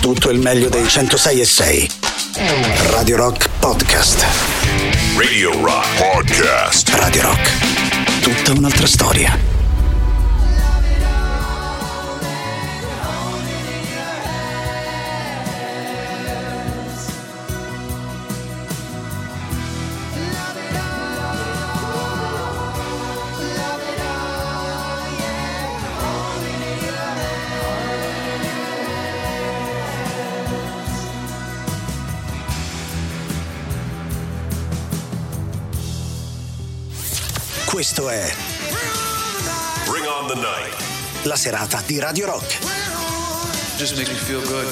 tutto il meglio dei 106.6. Radio Rock Podcast. Radio Rock Podcast. Radio Rock. Tutta un'altra storia. Questo è Bring on the night. la serata di Radio Rock. Just makes me feel good.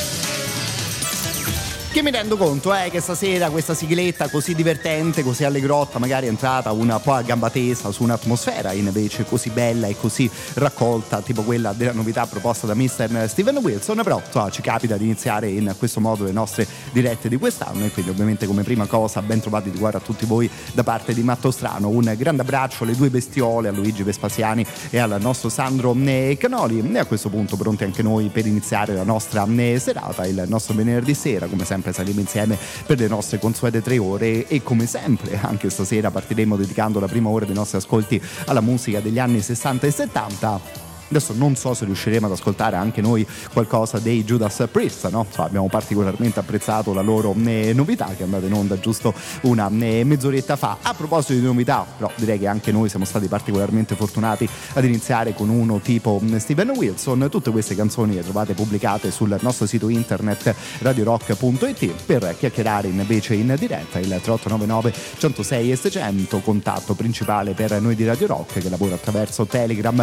Che mi rendo conto è che stasera questa sigletta così divertente, così allegrotta, magari è entrata un po' a gamba tesa su un'atmosfera invece così bella e così raccolta, tipo quella della novità proposta da Mr. Steven Wilson, però insomma, ci capita di iniziare in questo modo le nostre dirette di quest'anno e quindi ovviamente come prima cosa ben trovati di cuore a tutti voi da parte di Matto Strano, un grande abbraccio alle due bestiole, a Luigi Vespasiani e al nostro Sandro Canoli, e a questo punto pronti anche noi per iniziare la nostra serata, il nostro venerdì sera, come sempre saremo insieme per le nostre consuete 3 ore e come sempre anche stasera partiremo dedicando la prima ora dei nostri ascolti alla musica degli anni 60 e 70. Adesso non so se riusciremo ad ascoltare anche noi qualcosa dei Judas Priest, no? Abbiamo particolarmente apprezzato la loro novità che è andata in onda giusto una mezz'oretta fa. A proposito di novità, però direi che anche noi siamo stati particolarmente fortunati ad iniziare con uno tipo Steven Wilson. Tutte queste canzoni le trovate pubblicate sul nostro sito internet radiorock.it. Per chiacchierare invece in diretta il 3899 106 e 600, contatto principale per noi di Radio Rock che lavora attraverso Telegram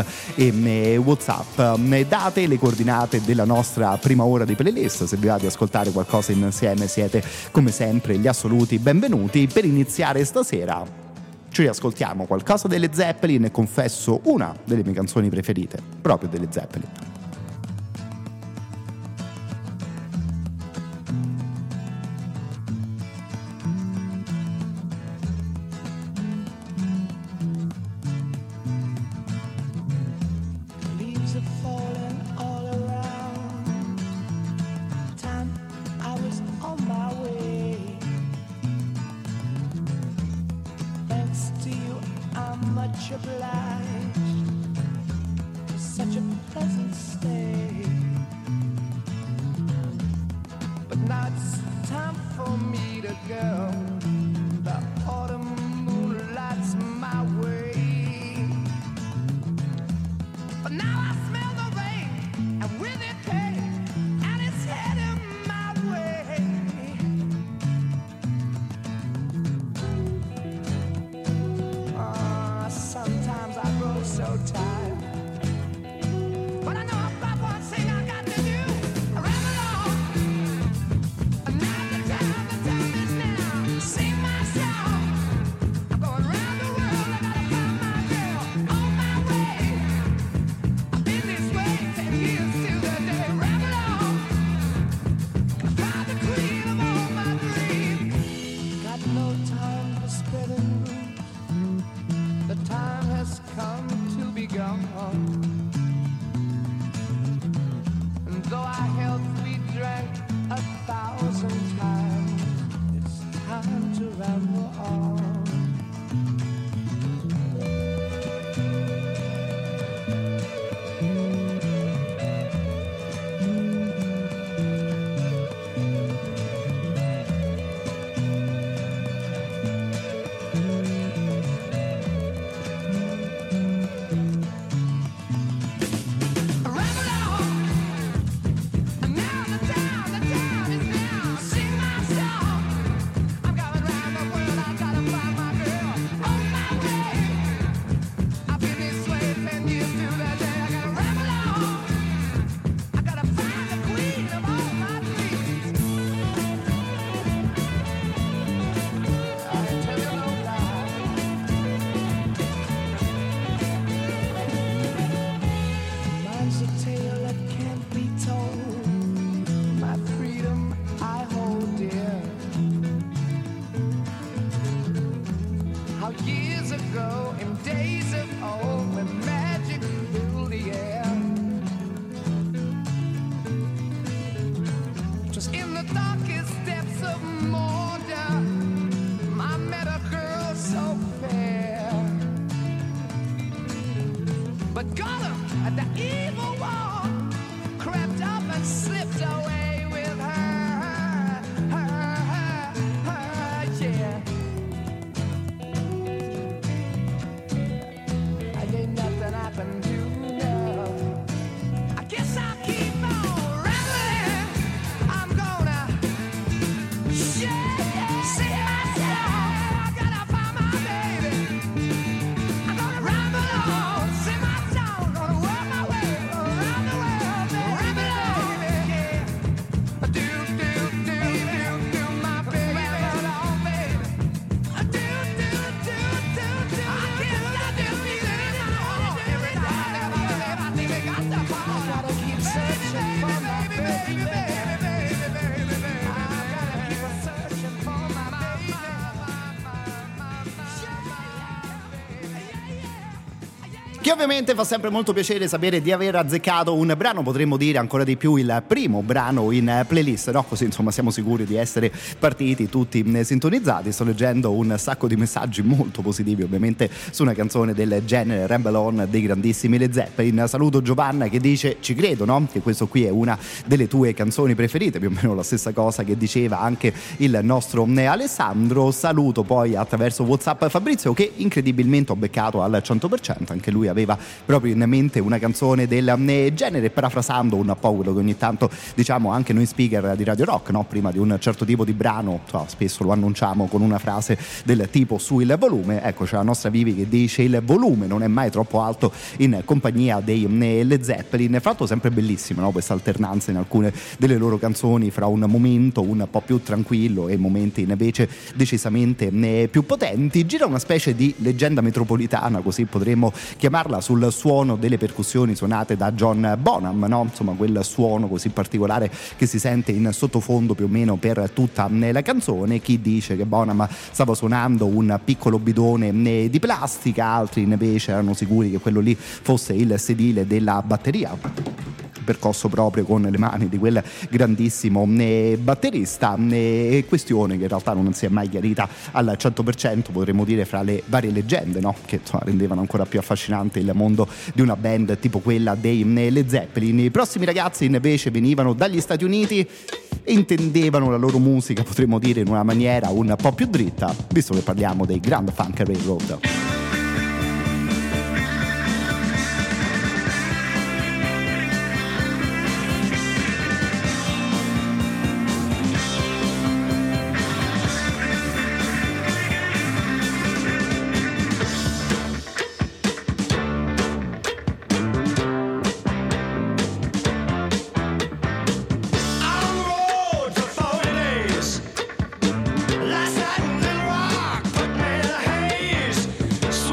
e WhatsApp. Date le coordinate della nostra prima ora di playlist. Se vi va di ascoltare qualcosa insieme siete come sempre gli assoluti benvenuti. Per iniziare stasera ci riascoltiamo qualcosa delle Zeppelin e confesso una delle mie canzoni preferite proprio delle Zeppelin. Sometimes I che ovviamente fa sempre molto piacere sapere di aver azzeccato un brano, potremmo dire ancora di più il primo brano in playlist, no? Così insomma siamo sicuri di essere partiti tutti sintonizzati. Sto leggendo un sacco di messaggi molto positivi ovviamente su una canzone del genere, Ramble On dei grandissimi Led Zeppelin. Saluto Giovanna che dice: ci credo, no? Che questo qui è una delle tue canzoni preferite, più o meno la stessa cosa che diceva anche il nostro Alessandro. Saluto poi attraverso WhatsApp Fabrizio, che incredibilmente ho beccato al 100%, anche lui aveva proprio in mente una canzone del genere, parafrasando un po' quello che ogni tanto diciamo anche noi speaker di Radio Rock, no? Prima di un certo tipo di brano, spesso lo annunciamo con una frase del tipo sul volume. Ecco, c'è la nostra Vivi che dice: il volume non è mai troppo alto in compagnia dei Led Zeppelin. Fra l'altro sempre bellissima, no? Questa alternanza in alcune delle loro canzoni fra un momento un po' più tranquillo e momenti invece decisamente più potenti. Gira una specie di leggenda metropolitana, così potremmo chiamarla, sul suono delle percussioni suonate da John Bonham, no? Insomma, quel suono così particolare che si sente in sottofondo più o meno per tutta la canzone. Chi dice che Bonham stava suonando un piccolo bidone di plastica, altri invece erano sicuri che quello lì fosse il sedile della batteria, percosso proprio con le mani di quel grandissimo batterista. Questione che in realtà non si è mai chiarita al 100%, potremmo dire, fra le varie leggende, no? Che rendevano ancora più affascinante il mondo di una band tipo quella dei Led Zeppelin. I prossimi ragazzi invece venivano dagli Stati Uniti e intendevano la loro musica, potremmo dire, in una maniera un po' più dritta, visto che parliamo dei Grand Funk Railroad. Last night in the rock put me in a haze.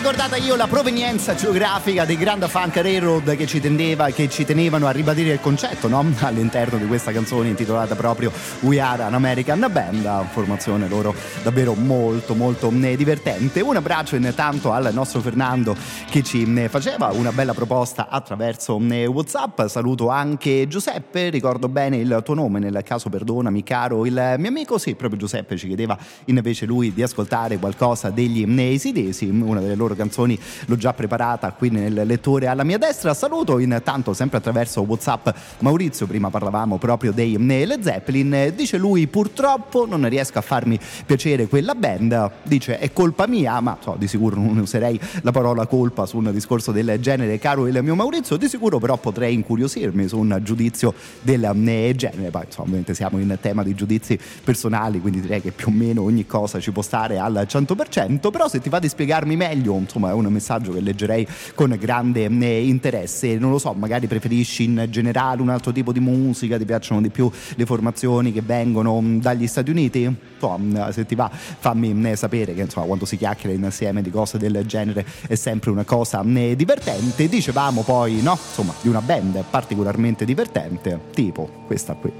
ricordata io la provenienza geografica dei Grand Funk Railroad che ci tenevano a ribadire il concetto, no? All'interno di questa canzone intitolata proprio We Are an American Band, formazione loro davvero molto molto divertente. Un abbraccio intanto al nostro Fernando che ci faceva una bella proposta attraverso WhatsApp. Saluto anche Giuseppe, ricordo bene il tuo nome, nel caso perdonami caro il mio amico. Sì, proprio Giuseppe ci chiedeva invece lui di ascoltare qualcosa degli Esidesi, una delle loro canzoni l'ho già preparata qui nel lettore alla mia destra. Saluto intanto sempre attraverso WhatsApp Maurizio, prima parlavamo proprio dei Led Zeppelin, dice lui purtroppo non riesco a farmi piacere quella band, dice è colpa mia, ma so, di sicuro non userei la parola colpa su un discorso del genere caro il mio Maurizio, di sicuro però potrei incuriosirmi su un giudizio del genere. Poi insomma, ovviamente siamo in tema di giudizi personali, quindi direi che più o meno ogni cosa ci può stare al 100%, però se ti va di spiegarmi meglio, insomma è un messaggio che leggerei con grande interesse. Non lo so, magari preferisci in generale un altro tipo di musica, ti piacciono di più le formazioni che vengono dagli Stati Uniti? Insomma, se ti va fammi sapere, che insomma quando si chiacchiera insieme di cose del genere è sempre una cosa divertente. Dicevamo poi, no, insomma, di una band particolarmente divertente, tipo questa qui.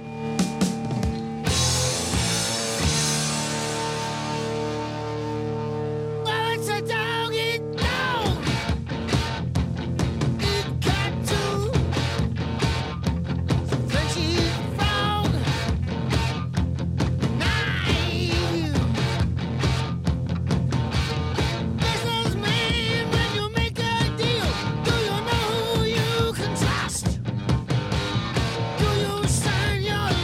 Your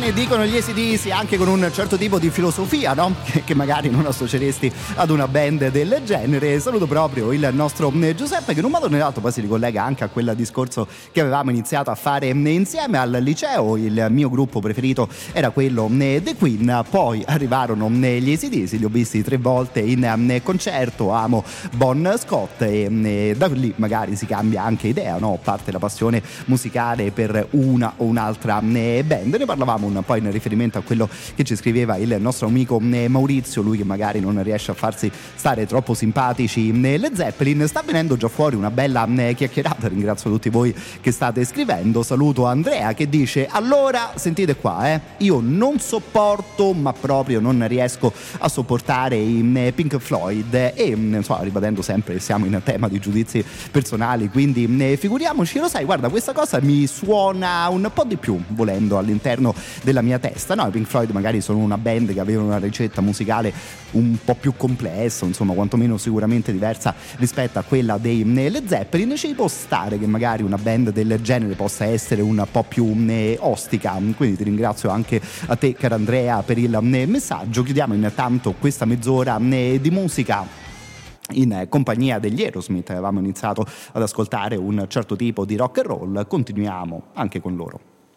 bene, dicono gli AC/DC, anche con un certo tipo di filosofia, no? Che magari non associeresti ad una band del genere. Saluto proprio il nostro Giuseppe, che in un modo o nell'altro poi si ricollega anche a quel discorso che avevamo iniziato a fare insieme al liceo. Il mio gruppo preferito era quello The Queen, poi arrivarono gli AC/DC, li ho visti 3 volte in concerto, amo Bon Scott e da lì magari si cambia anche idea, no? Parte la passione musicale per una o un'altra band. Ne parlavamo un po' in riferimento a quello che ci scriveva il nostro amico Maurizio, lui che magari non riesce a farsi stare troppo simpatici le Zeppelin. Sta venendo già fuori una bella chiacchierata, ringrazio tutti voi che state scrivendo. Saluto Andrea che dice: allora sentite qua, io non sopporto, ma proprio non riesco a sopportare i Pink Floyd, e ribadendo sempre che siamo in tema di giudizi personali, quindi figuriamoci. Lo sai, guarda, questa cosa mi suona un po' di più volendo all'interno della mia testa, no? I Pink Floyd magari sono una band che aveva una ricetta musicale un po' più complessa, insomma quantomeno sicuramente diversa rispetto a quella dei Led Zeppelin. Ci può stare che magari una band del genere possa essere un po' più ostica, quindi ti ringrazio anche a te, caro Andrea, per il messaggio. Chiudiamo intanto questa mezz'ora di musica in compagnia degli Aerosmith. Avevamo iniziato ad ascoltare un certo tipo di rock and roll, continuiamo anche con loro.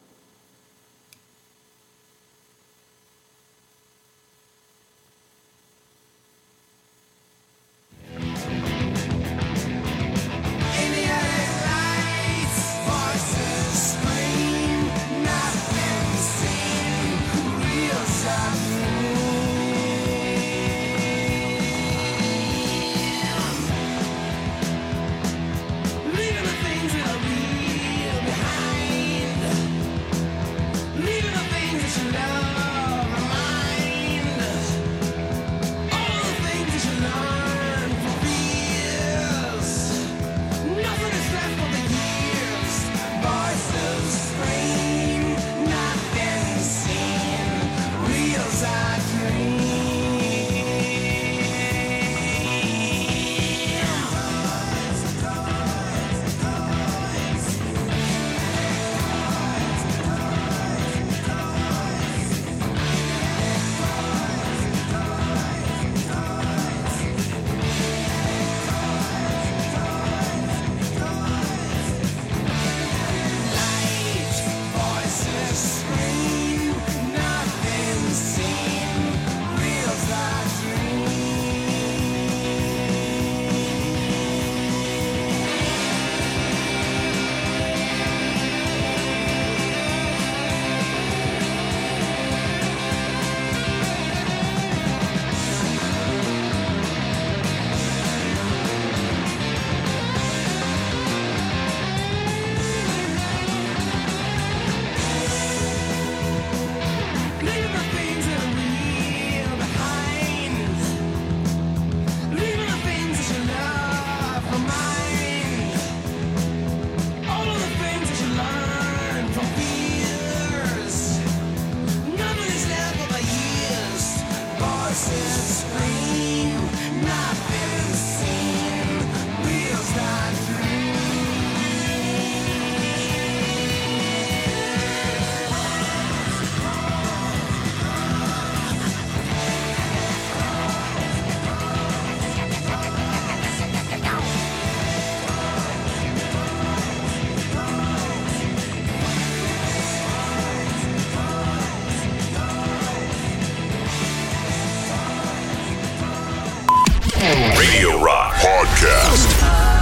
Radio Rock Podcast.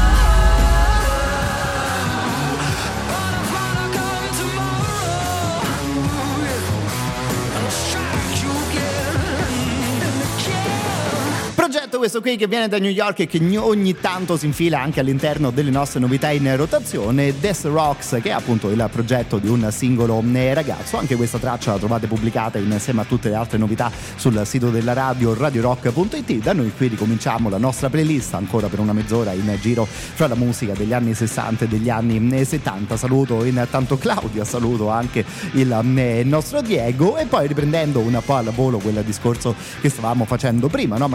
Progetto questo qui che viene da New York e che ogni tanto si infila anche all'interno delle nostre novità in rotazione. Death Rocks, che è appunto il progetto di un singolo ragazzo. Anche questa traccia la trovate pubblicata insieme a tutte le altre novità sul sito della radio, radiorock.it. Da noi qui ricominciamo la nostra playlist ancora per una mezz'ora in giro fra la musica degli anni 60 e degli anni 70. Saluto intanto Claudia, saluto anche il nostro Diego, e poi riprendendo un po' al volo quel discorso che stavamo facendo prima, no? Magari quelle band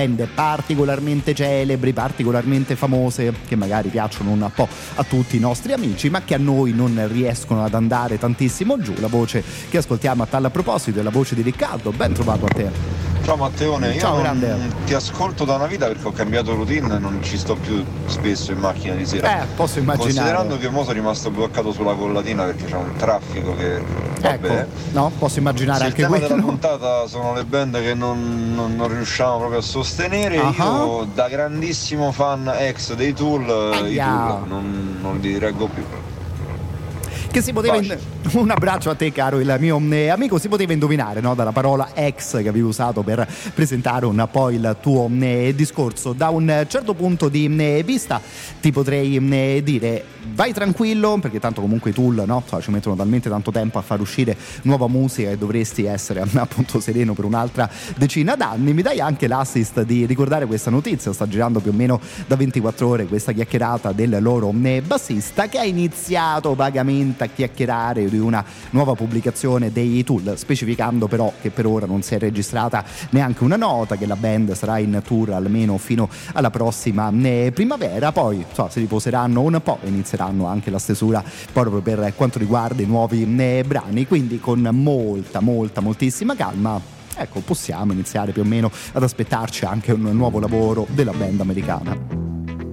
band particolarmente celebri, particolarmente famose, che magari piacciono un po' a tutti i nostri amici, ma che a noi non riescono ad andare tantissimo giù. La voce che ascoltiamo a tal proposito è la voce di Riccardo. Ben trovato a te. Ciao Matteone, Ciao, io grande. ti ascolto da una vita perché ho cambiato routine e non ci sto più spesso in macchina di sera. Posso immaginare. Considerando che mo sono rimasto bloccato sulla Collatina perché c'è un traffico che vabbè. Ecco, no? Posso immaginare Se anche il tema quello. della puntata sono le band che non riusciamo proprio a sostenere. Io da grandissimo fan ex dei Tool, i Tool non li reggo più. Che si poteva un abbraccio a te, caro il mio amico. Si poteva indovinare, no, dalla parola ex che avevi usato per presentare un po' il tuo discorso. Da un certo punto di vista ti potrei dire vai tranquillo, perché tanto comunque i Tool, no, ci mettono talmente tanto tempo a far uscire nuova musica e dovresti essere appunto sereno per un'altra decina d'anni. Mi dai anche l'assist di ricordare questa notizia? Sta girando più o meno da 24 ore questa chiacchierata del loro bassista, che ha iniziato vagamente a chiacchierare di una nuova pubblicazione dei Tool, specificando però che per ora non si è registrata neanche una nota, che la band sarà in tour almeno fino alla prossima primavera, poi si riposeranno un po' e inizieranno anche la stesura proprio per quanto riguarda i nuovi brani, quindi con moltissima calma. Ecco, possiamo iniziare più o meno ad aspettarci anche un nuovo lavoro della band americana.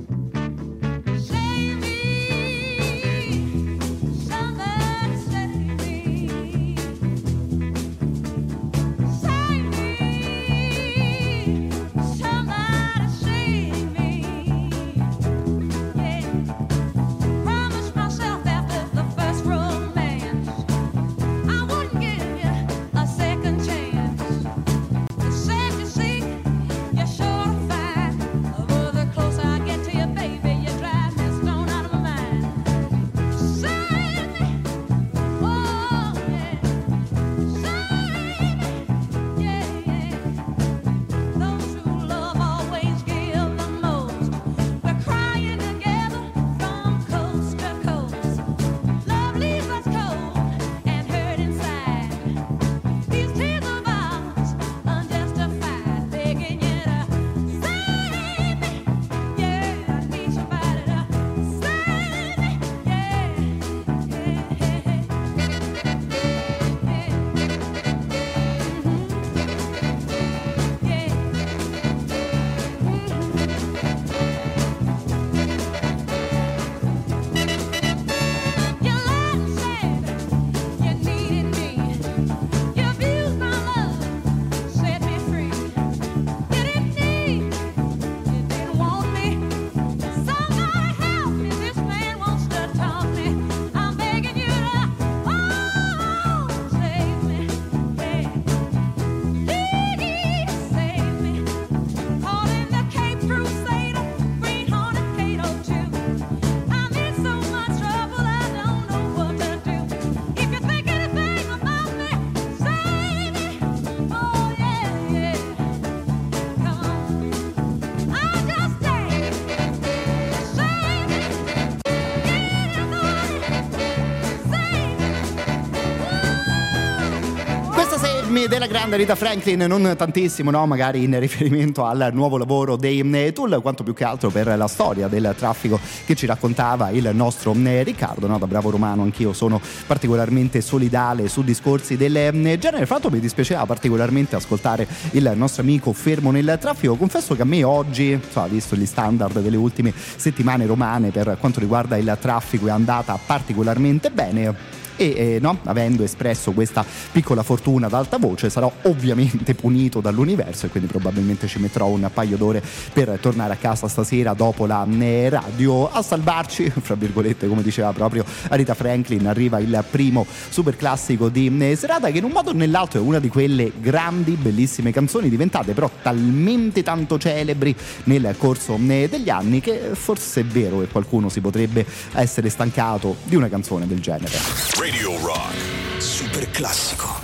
Della grande Rita Franklin, non tantissimo, no? Magari in riferimento al nuovo lavoro dei Tool, quanto più che altro per la storia del traffico che ci raccontava il nostro Riccardo, no? Da bravo romano anch'io sono particolarmente solidale su discorsi del genere. Fra l'altro mi dispiaceva particolarmente ascoltare il nostro amico fermo nel traffico. Confesso che a me oggi, visto gli standard delle ultime settimane romane per quanto riguarda il traffico, è andata particolarmente bene. E no, avendo espresso questa piccola fortuna ad alta voce, sarò ovviamente punito dall'universo e quindi probabilmente ci metterò un paio d'ore per tornare a casa stasera dopo la radio. A salvarci, fra virgolette, come diceva proprio Rita Franklin, arriva il primo super classico di serata, che in un modo o nell'altro è una di quelle grandi, bellissime canzoni diventate però talmente tanto celebri nel corso degli anni che forse è vero che qualcuno si potrebbe essere stancato di una canzone del genere. Radio Rock. Super classico.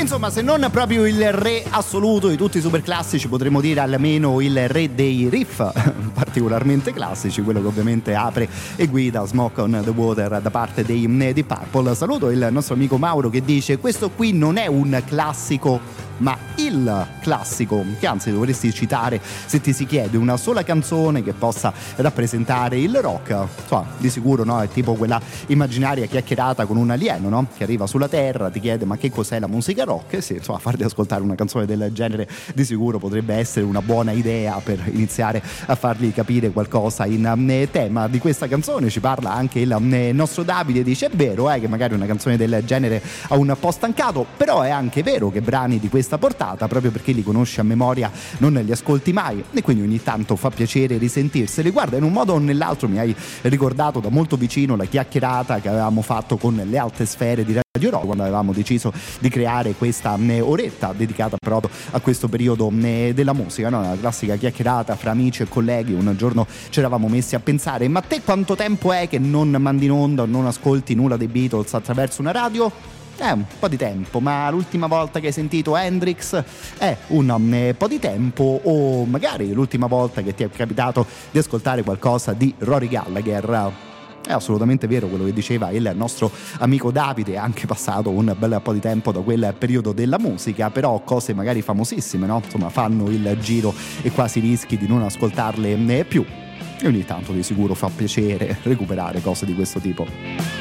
Insomma, se non proprio il re assoluto di tutti i super classici, potremmo dire almeno il re dei riff particolarmente classici, quello che ovviamente apre e guida Smoke on the Water da parte dei Deep Purple. Saluto il nostro amico Mauro che dice: questo qui non è un classico, ma il classico che anzi dovresti citare se ti si chiede una sola canzone che possa rappresentare il rock. Insomma, di sicuro, no? È tipo quella immaginaria chiacchierata con un alieno, no? Che arriva sulla Terra, ti chiede ma che cos'è la musica rock, e sì, insomma, farti ascoltare una canzone del genere di sicuro potrebbe essere una buona idea per iniziare a fargli capire qualcosa in tema. Di questa canzone ci parla anche il nostro Davide, dice: è vero che magari una canzone del genere ha un po' stancato, però è anche vero che brani di questa portata, proprio perché li conosci a memoria, non li ascolti mai, e quindi ogni tanto fa piacere risentirseli. Guarda, in un modo o nell'altro mi hai ricordato da molto vicino la chiacchierata che avevamo fatto con le alte sfere di Radio Rock quando avevamo deciso di creare questa oretta dedicata proprio a questo periodo della musica, no? Una classica chiacchierata fra amici e colleghi. Un giorno ci eravamo messi a pensare: ma te quanto tempo è che non mandi in onda o non ascolti nulla dei Beatles attraverso una radio? Un po' di tempo, ma l'ultima volta che hai sentito Hendrix è un po' di tempo, o magari l'ultima volta che ti è capitato di ascoltare qualcosa di Rory Gallagher. È assolutamente vero quello che diceva il nostro amico Davide, è anche passato un bel po' di tempo da quel periodo della musica, però cose magari famosissime, no? Insomma, fanno il giro e quasi rischi di non ascoltarle più, e ogni tanto di sicuro fa piacere recuperare cose di questo tipo.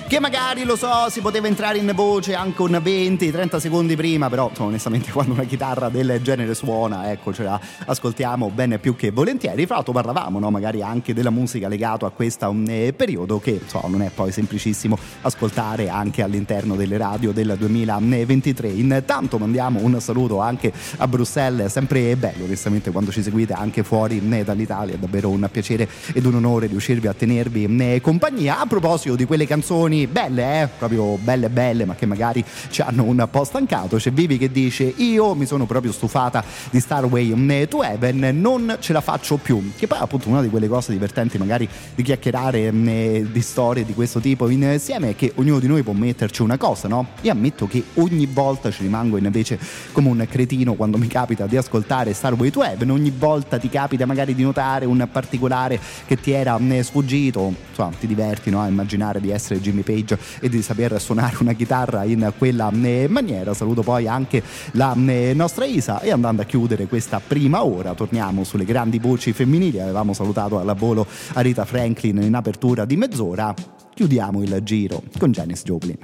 che magari, lo so, si poteva entrare in voce anche un 20-30 secondi prima, però insomma, onestamente quando una chitarra del genere suona, ecco, ce la ascoltiamo ben più che volentieri. Fra l'altro parlavamo, no, magari anche della musica legato a questo periodo che insomma non è poi semplicissimo ascoltare anche all'interno delle radio del 2023. Intanto mandiamo un saluto anche a Bruxelles, sempre bello onestamente quando ci seguite anche fuori dall'Italia, è davvero un piacere ed un onore riuscirvi a tenervi compagnia. A proposito di quelle canzoni belle, proprio belle, ma che magari ci hanno un po' stancato, c'è Vivi che dice: io mi sono proprio stufata di Starway to Heaven, non ce la faccio più. Che poi appunto una di quelle cose divertenti magari di chiacchierare di storie di questo tipo insieme è che ognuno di noi può metterci una cosa, no? Io ammetto che ogni volta ci rimango invece come un cretino quando mi capita di ascoltare Starway to Heaven. Ogni volta ti capita magari di notare un particolare che ti era sfuggito, insomma ti diverti, no? A immaginare di essere Jimmy Page e di saper suonare una chitarra in quella maniera. Saluto poi anche la nostra Isa e andando a chiudere questa prima ora torniamo sulle grandi voci femminili. Avevamo salutato alla volo Aretha Franklin in apertura di mezz'ora, chiudiamo il giro con Janis Joplin.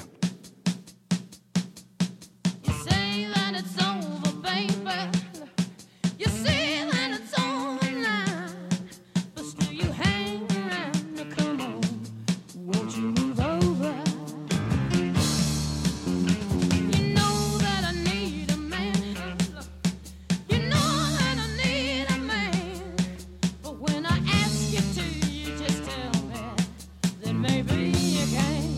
Maybe you can.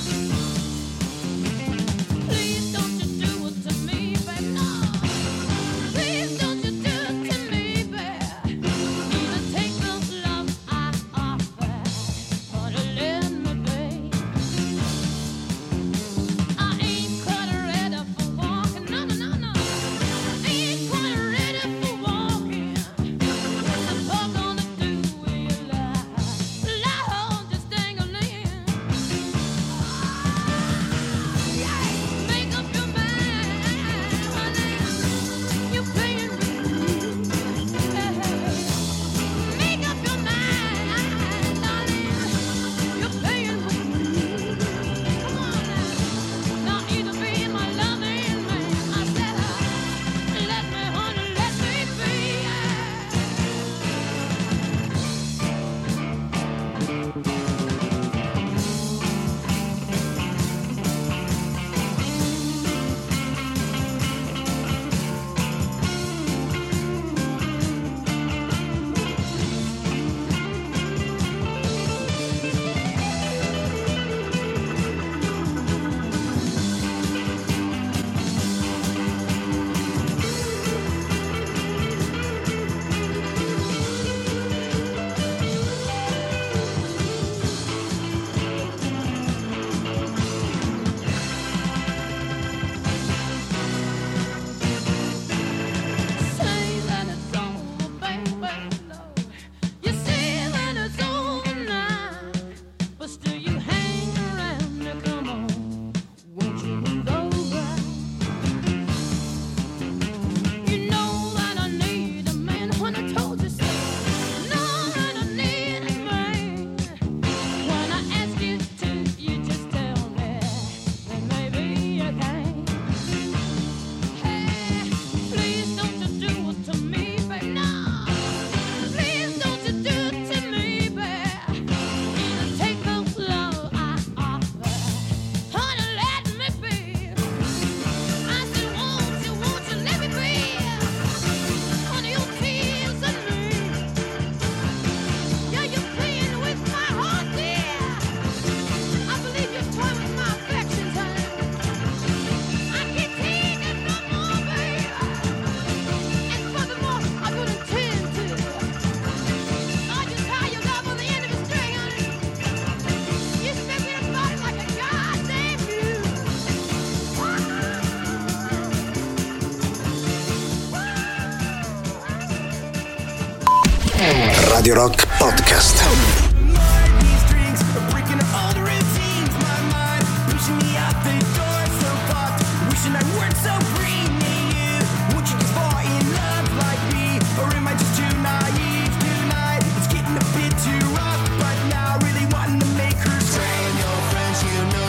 Radio Rock Podcast. You know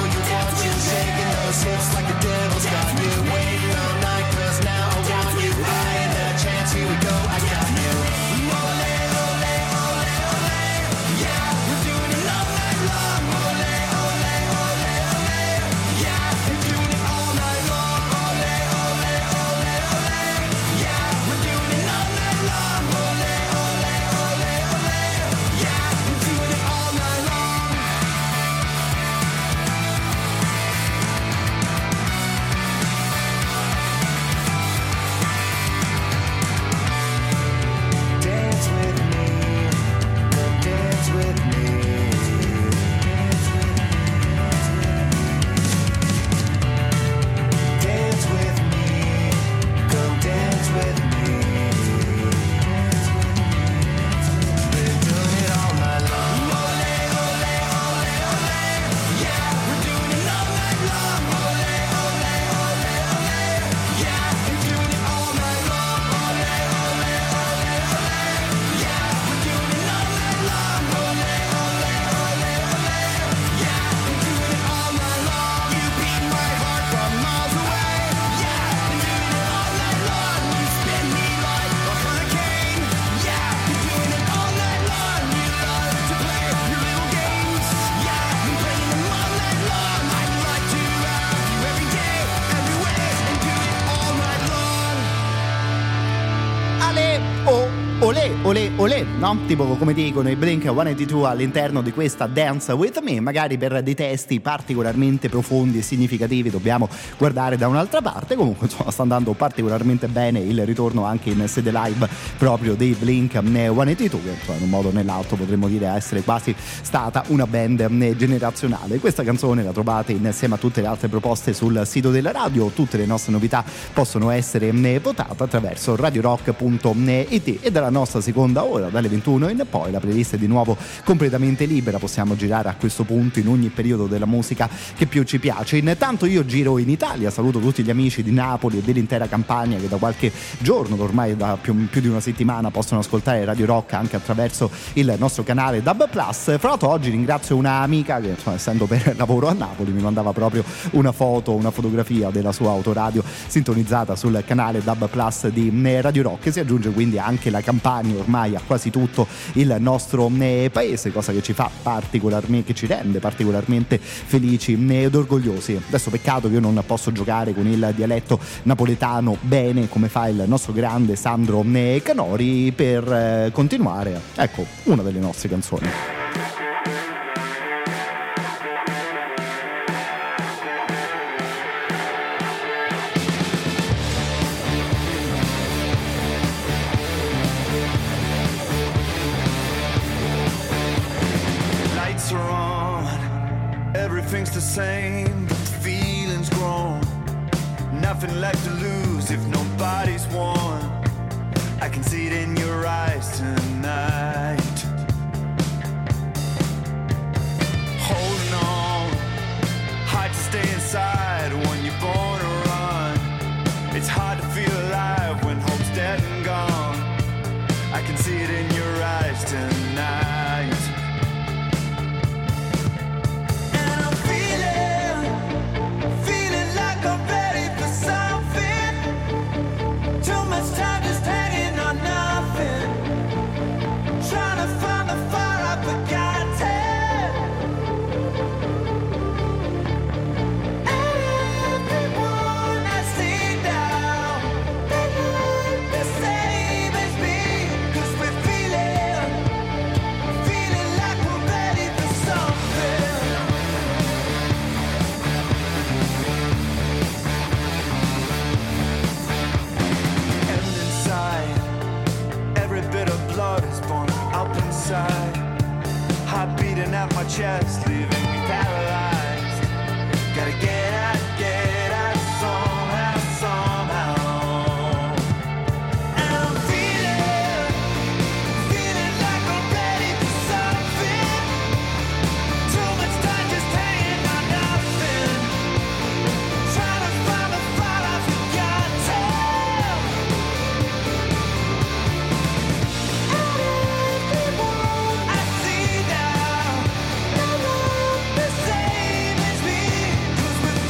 no? Tipo come dicono i Blink-182 all'interno di questa Dance With Me. Magari per dei testi particolarmente profondi e significativi dobbiamo guardare da un'altra parte. Comunque insomma sta andando particolarmente bene il ritorno anche in sede live proprio dei Blink-182, che insomma, in un modo o nell'altro potremmo dire essere quasi stata una band generazionale. Questa canzone la trovate insieme a tutte le altre proposte sul sito della radio. Tutte le nostre novità possono essere votate attraverso radiorock.it, e dalla nostra seconda ora, dalle 21 in poi, la playlist è di nuovo completamente libera. Possiamo girare a questo punto in ogni periodo della musica che più ci piace. Intanto io giro in Italia, saluto tutti gli amici di Napoli e dell'intera Campania che da qualche giorno, ormai da più di una settimana, possono ascoltare Radio Rock anche attraverso il nostro canale DAB+. Fra l'altro oggi ringrazio una amica che insomma, essendo per lavoro a Napoli, mi mandava proprio una fotografia della sua autoradio sintonizzata sul canale DAB+ di Radio Rock. Si aggiunge quindi anche la Campania ormai a quasi tutto il nostro paese, cosa che ci fa particolarmente, che ci rende particolarmente felici ed orgogliosi. Adesso peccato che io non posso giocare con il dialetto napoletano bene come fa il nostro grande Sandro Canori, per continuare, ecco, una delle nostre canzoni. Everything's the same, but the feeling's grown. Nothing left to lose if nobody's won. I can see it in your eyes tonight. Holding on, hard to stay inside when you're born to run. It's hard to feel alive when hope's dead and gone. I can see it in your eyes tonight. Heart beating at my chest, leaving me paralyzed. Gotta get out somehow, somehow. And I'm feeling like I'm ready for something. Too much time just hanging on nothing. Trying to find the thought I forgot to. We're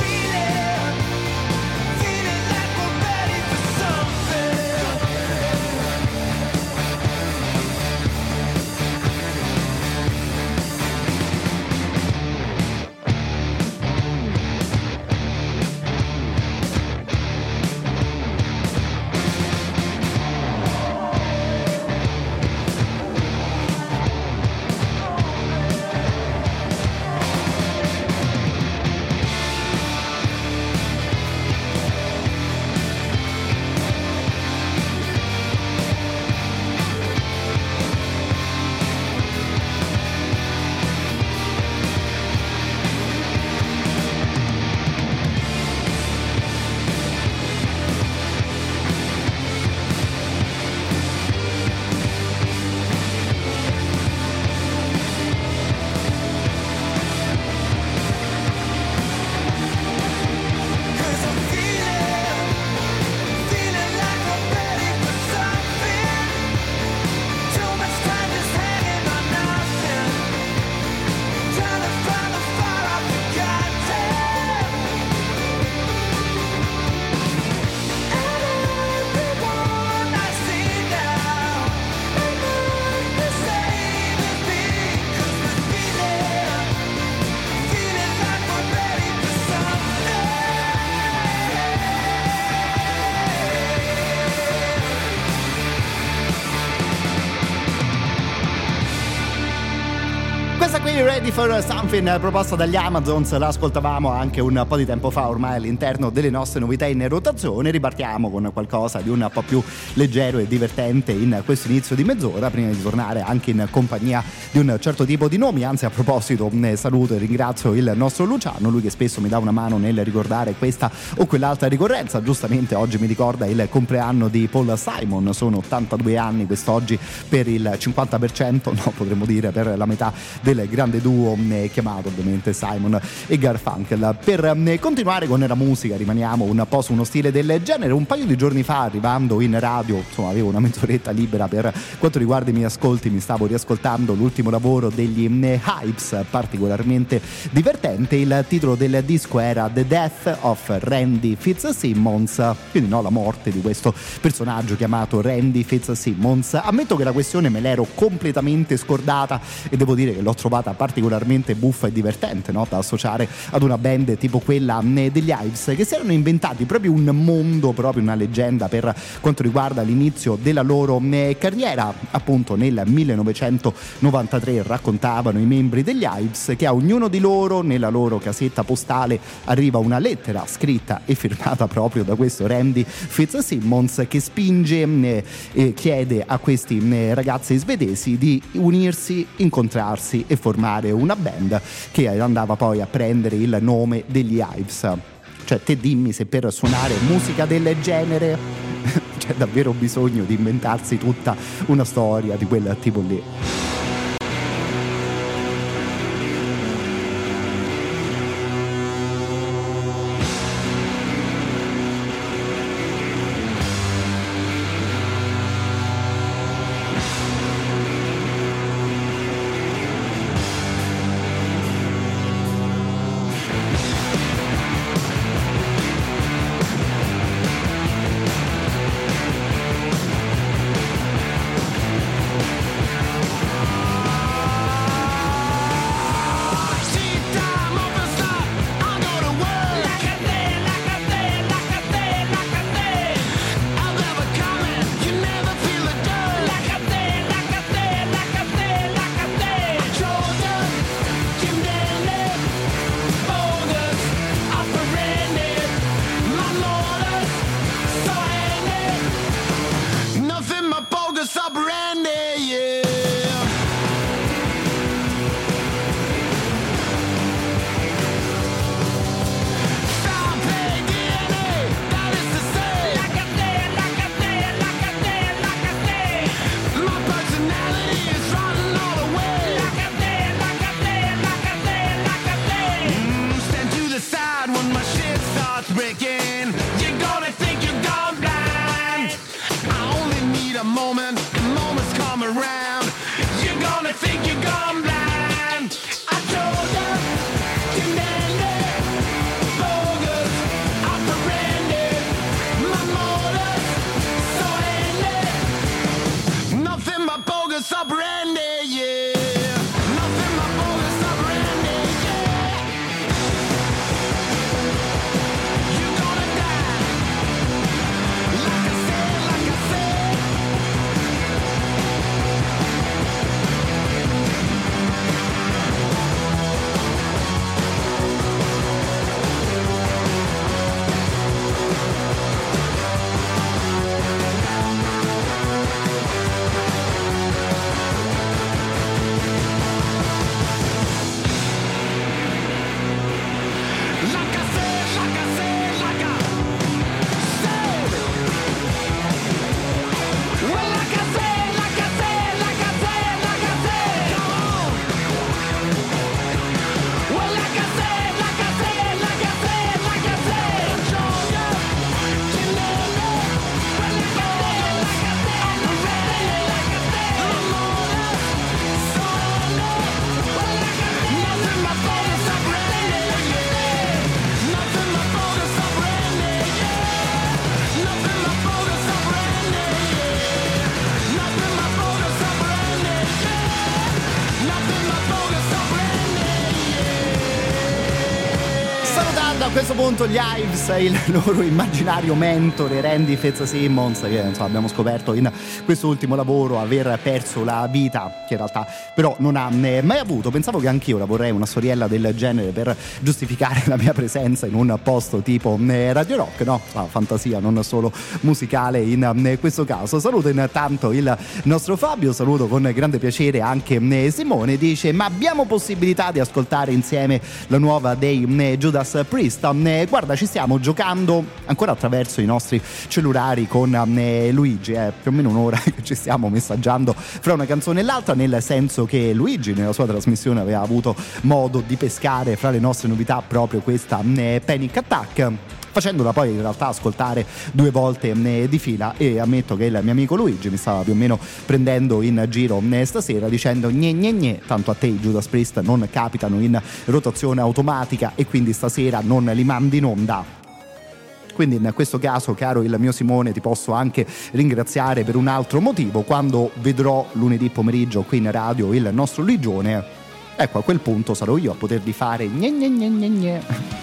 Questa qui, Ready for Something, proposta dagli Amazons, la ascoltavamo anche un po' di tempo fa ormai all'interno delle nostre novità in rotazione. Ripartiamo con qualcosa di un po' più leggero e divertente in questo inizio di mezz'ora, prima di tornare anche in compagnia di un certo tipo di nomi. Anzi, a proposito, saluto e ringrazio il nostro Luciano, lui che spesso mi dà una mano nel ricordare questa o quell'altra ricorrenza. Giustamente oggi mi ricorda il compleanno di Paul Simon, sono 82 anni quest'oggi per il 50%, no, potremmo dire per la metà del grande duo chiamato ovviamente Simon e Garfunkel. Per continuare con la musica rimaniamo un po' su uno stile del genere. Un paio di giorni fa, arrivando in radio, insomma avevo una mezz'oretta libera per quanto riguarda i miei ascolti, mi stavo riascoltando l'ultimo lavoro degli Hypes, particolarmente divertente. Il titolo del disco era The Death of Randy Fitzsimmons, quindi no, la morte di questo personaggio chiamato Randy Fitzsimmons. Ammetto che la questione me l'ero completamente scordata e devo dire che l'ho trovata particolarmente buffa e divertente, no? Da associare ad una band tipo quella degli Hives, che si erano inventati proprio un mondo, proprio una leggenda per quanto riguarda l'inizio della loro carriera. Appunto nel 1993 raccontavano i membri degli Hives che a ognuno di loro nella loro casetta postale arriva una lettera scritta e firmata proprio da questo Randy Fitzsimmons, che spinge e chiede a questi ragazzi svedesi di unirsi, incontrarsi e formare una band che andava poi a prendere il nome degli Hives. Cioè, te dimmi se per suonare musica del genere c'è davvero bisogno di inventarsi tutta una storia di quel tipo lì. a questo punto gli Hives, il loro immaginario mentore Randy Fitzsimmons, che insomma, abbiamo scoperto in quest'ultimo lavoro aver perso la vita, che in realtà però non ha mai avuto. Pensavo che anch'io la vorrei una storiella del genere per giustificare la mia presenza in un posto tipo Radio Rock, no? Fantasia, non solo musicale in questo caso. Saluto intanto il nostro Fabio, saluto con grande piacere anche Simone, dice: ma abbiamo possibilità di ascoltare insieme la nuova dei Judas Priest? Guarda, ci stiamo giocando ancora attraverso i nostri cellulari con Luigi, più o meno un'ora che ci stiamo messaggiando fra una canzone e l'altra, nel senso che Luigi nella sua trasmissione aveva avuto modo di pescare fra le nostre novità proprio questa Panic Attack, facendola poi in realtà ascoltare 2 volte di fila, e ammetto che il mio amico Luigi mi stava più o meno prendendo in giro stasera dicendo gne, tanto a te i Judas Priest non capitano in rotazione automatica e quindi stasera non li mandi in onda. Quindi in questo caso, caro il mio Simone, ti posso anche ringraziare per un altro motivo. Quando vedrò lunedì pomeriggio qui in radio il nostro Ligione, ecco, a quel punto sarò io a potervi fare gne.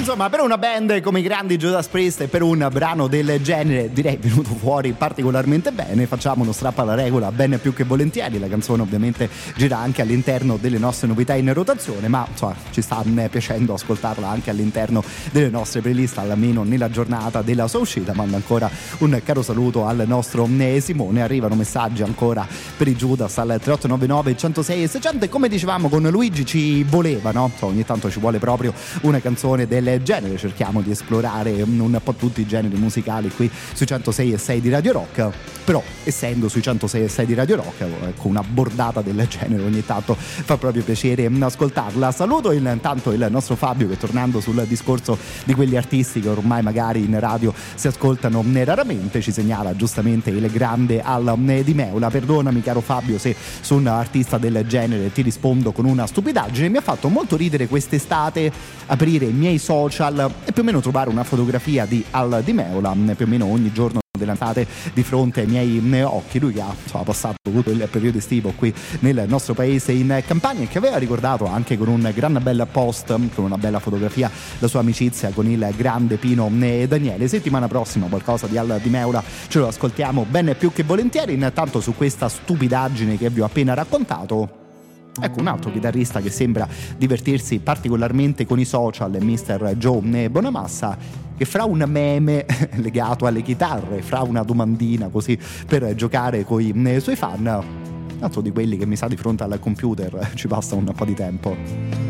Insomma, per una band come i grandi Judas Priest e per un brano del genere, direi venuto fuori particolarmente bene, facciamo uno strappo alla regola ben più che volentieri. La canzone ovviamente gira anche all'interno delle nostre novità in rotazione, ma insomma, ci sta piacendo ascoltarla anche all'interno delle nostre playlist, almeno nella giornata della sua uscita. Mando ancora un caro saluto al nostro Simone. Arrivano messaggi ancora per i Judas al 3899 106 e 600, e come dicevamo con Luigi ci voleva, no? Ogni tanto ci vuole proprio una canzone del genere, cerchiamo di esplorare un po' tutti i generi musicali qui sui 106.6 di Radio Rock, però essendo sui 106.6 di Radio Rock, ecco, una bordata del genere ogni tanto fa proprio piacere ascoltarla. Saluto intanto il nostro Fabio che, tornando sul discorso di quegli artisti che ormai magari in radio si ascoltano raramente, ci segnala giustamente il grande Al Di Meola. Perdonami caro Fabio se su un artista del genere ti rispondo con una stupidaggine, mi ha fatto molto ridere quest'estate aprire i miei social e più o meno trovare una fotografia di Al Di Meola più o meno ogni giorno dell'estate di fronte ai miei occhi. Lui che ha passato tutto il periodo estivo qui nel nostro paese in Campania e che aveva ricordato anche con un gran bel post, con una bella fotografia, la sua amicizia con il grande Pino Daniele. Settimana prossima qualcosa di Al Di Meola ce lo ascoltiamo ben più che volentieri. Intanto su questa stupidaggine che vi ho appena raccontato, ecco un altro chitarrista che sembra divertirsi particolarmente con i social è Mr. Joe Bonamassa, che fra un meme legato alle chitarre, fra una domandina così per giocare con i suoi fan, un altro di quelli che mi sa di fronte al computer ci passa un po' di tempo.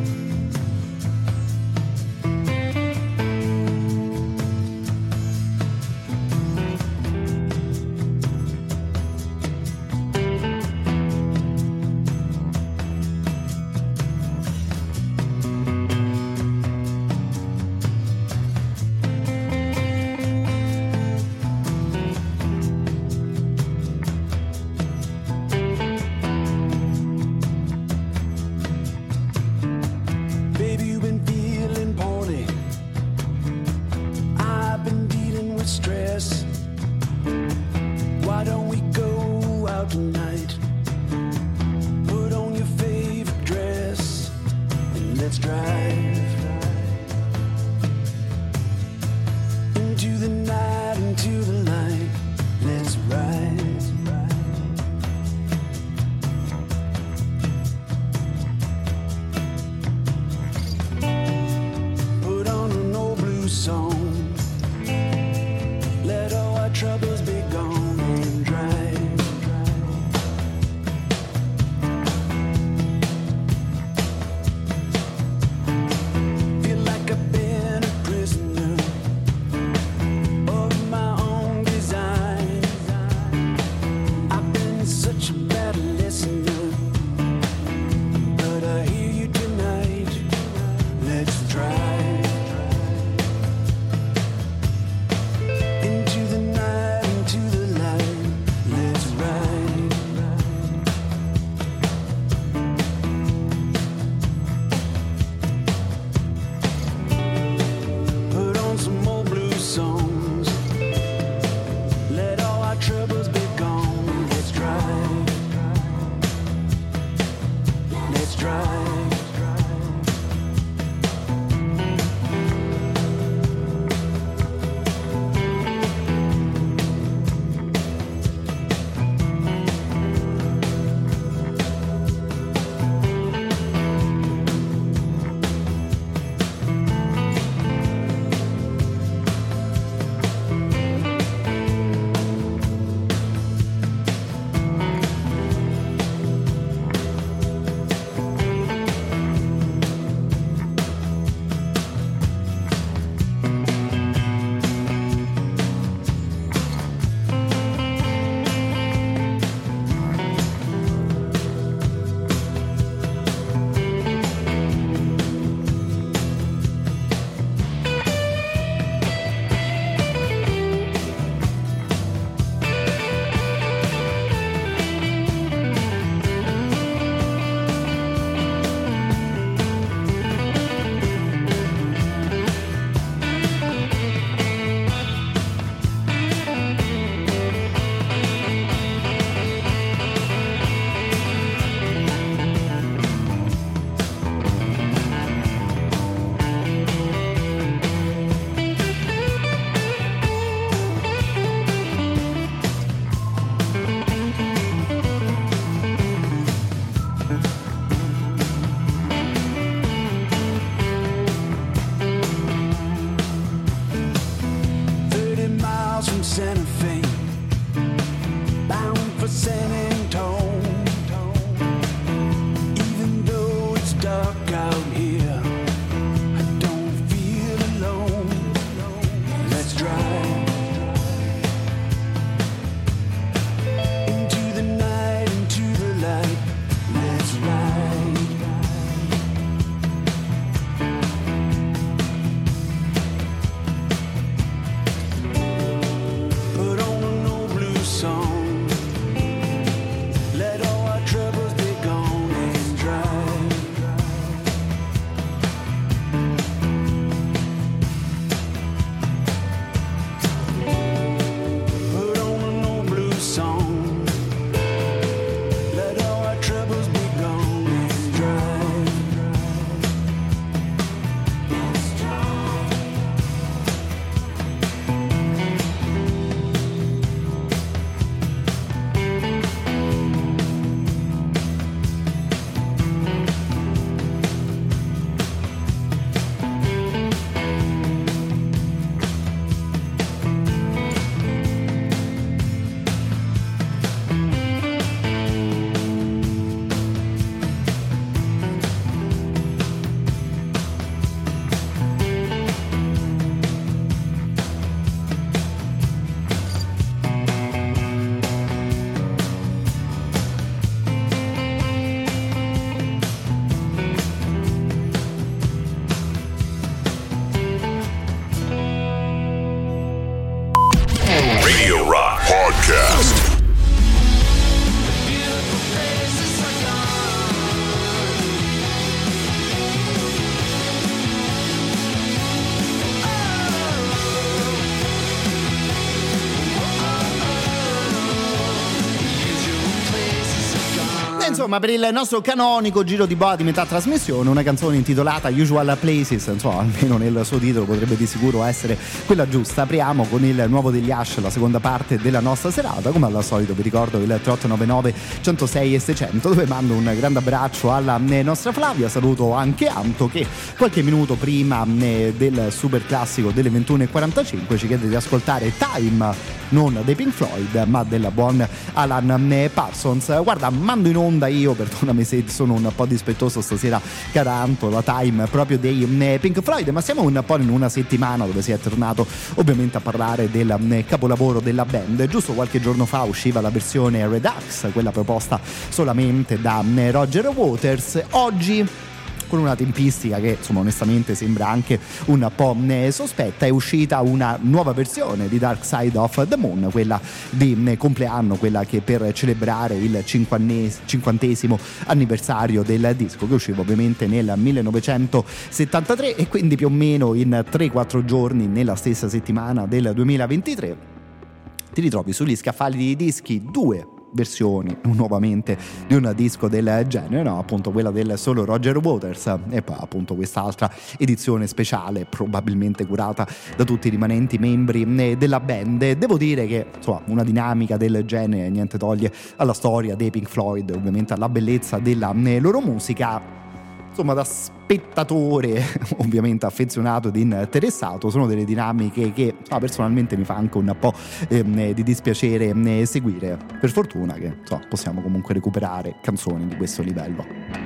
Insomma, per il nostro canonico giro di boa di metà trasmissione, una canzone intitolata Usual Places, insomma, almeno nel suo titolo potrebbe di sicuro essere quella giusta. Apriamo con il nuovo degli Ash, la seconda parte della nostra serata. Come al solito vi ricordo il 3899 106 e 600, dove mando un grande abbraccio alla nostra Flavia. Saluto anche Anto, che qualche minuto prima del super classico delle 21:45 ci chiede di ascoltare Time, non dei Pink Floyd ma del buon Alan Parsons. Guarda, mando in onda io, perdonami se sono un po' dispettoso stasera, cara Anto, la Time proprio dei Pink Floyd, ma siamo un po' in una settimana dove si è tornato ovviamente a parlare del capolavoro della band. Giusto qualche giorno fa usciva la versione Redux, quella proposta solamente da Roger Waters. Oggi, con una tempistica che insomma onestamente sembra anche un po' sospetta, è uscita una nuova versione di Dark Side of the Moon, quella di compleanno, quella che per celebrare il 50° anniversario del disco, che usciva ovviamente nel 1973, e quindi più o meno in 3-4 giorni nella stessa settimana del 2023 ti ritrovi sugli scaffali di dischi due versioni nuovamente di un disco del genere, no? Appunto quella del solo Roger Waters e poi appunto quest'altra edizione speciale probabilmente curata da tutti i rimanenti membri della band. Devo dire che insomma una dinamica del genere niente toglie alla storia dei Pink Floyd, ovviamente alla bellezza della loro musica. Insomma, da spettatore ovviamente affezionato ed interessato, sono delle dinamiche che personalmente mi fa anche un po' di dispiacere seguire. Per fortuna che possiamo comunque recuperare canzoni di questo livello.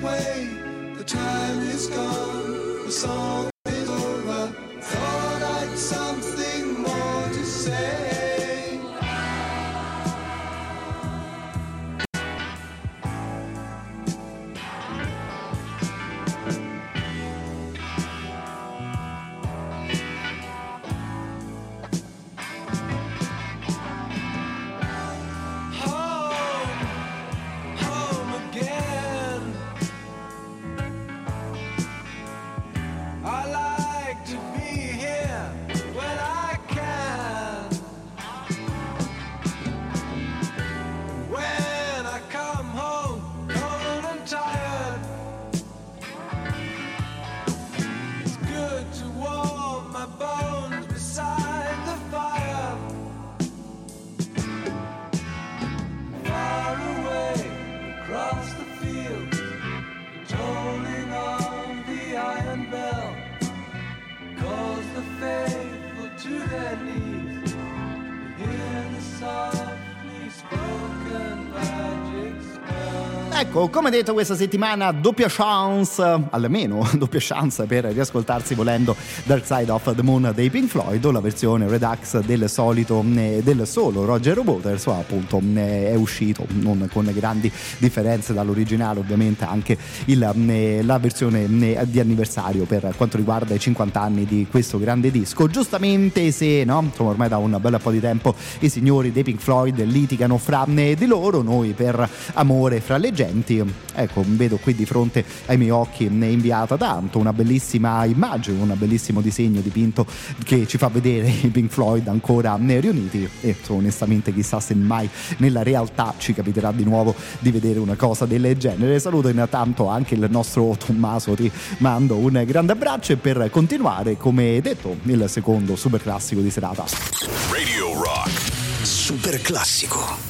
way. The time is gone, the song is over. Thought I'd something more to say. Ecco, come detto, questa settimana doppia chance, almeno doppia chance per riascoltarsi volendo Dark Side of the Moon dei Pink Floyd, o la versione Redux del solo Roger Waters, appunto è uscito non con grandi differenze dall'originale, ovviamente anche la versione di anniversario per quanto riguarda i 50 anni di questo grande disco. Giustamente, se no, insomma, ormai da un bel po' di tempo i signori dei Pink Floyd litigano fra di loro, noi per amore fra le genti, ecco, vedo qui di fronte ai miei occhi inviata tanto una bellissima immagine, un bellissimo disegno dipinto che ci fa vedere i Pink Floyd ancora riuniti, e onestamente chissà se mai nella realtà ci capiterà di nuovo di vedere una cosa del genere. Saluto intanto anche il nostro Tommaso, ti mando un grande abbraccio, e per continuare, come detto, il secondo super classico di serata. Radio Rock Super classico.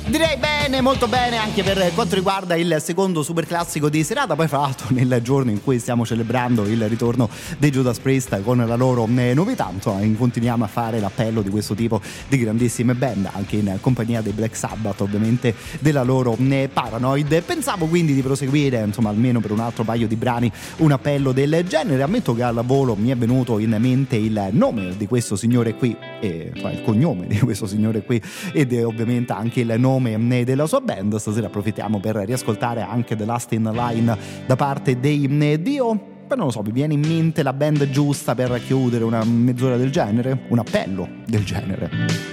Direi bene, molto bene anche per quanto riguarda il secondo super classico di serata. Poi fra l'altro nel giorno in cui stiamo celebrando il ritorno dei Judas Priest con la loro novità, insomma, continuiamo a fare l'appello di questo tipo di grandissime band anche in compagnia dei Black Sabbath, ovviamente della loro Paranoid. Pensavo quindi di proseguire, insomma, almeno per un altro paio di brani un appello del genere. Ammetto che al volo mi è venuto in mente il nome di questo signore qui, il cognome di questo signore qui, ed ovviamente anche il nome della sua band. Stasera approfittiamo per riascoltare anche The Last in Line da parte dei Dio. Poi non lo so, vi viene in mente la band giusta per chiudere una mezz'ora del genere? Un appello del genere?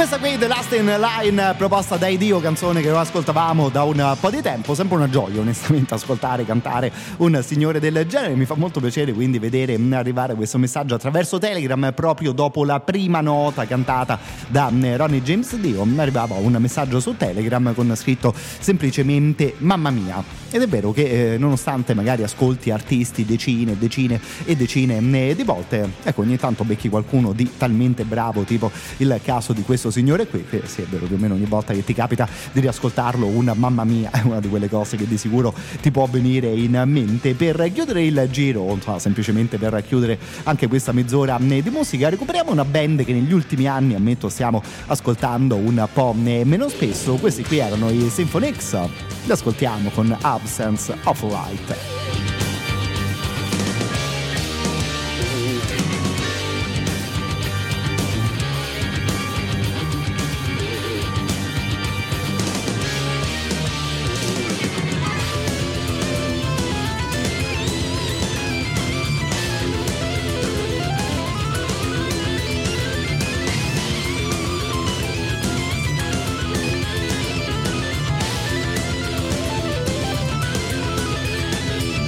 Questa qui, The Last in Line, proposta da Dio, canzone che lo ascoltavamo da un po' di tempo. Sempre una gioia onestamente ascoltare, cantare un signore del genere. Mi fa molto piacere quindi vedere arrivare questo messaggio attraverso Telegram proprio dopo la prima nota cantata da Ronnie James Dio. Arrivava un messaggio su Telegram con scritto semplicemente mamma mia. Ed è vero che nonostante magari ascolti artisti decine e decine di volte, ecco, ogni tanto becchi qualcuno di talmente bravo, tipo il caso di questo signore qui, che sì, è vero, più o meno ogni volta che ti capita di riascoltarlo una mamma mia è una di quelle cose che di sicuro ti può venire in mente. Per chiudere il giro, insomma, semplicemente per chiudere anche questa mezz'ora di musica, recuperiamo una band che negli ultimi anni, ammetto, stiamo ascoltando un po' meno spesso. Questi qui erano i Symphonix, li ascoltiamo con Absence of Light. Thank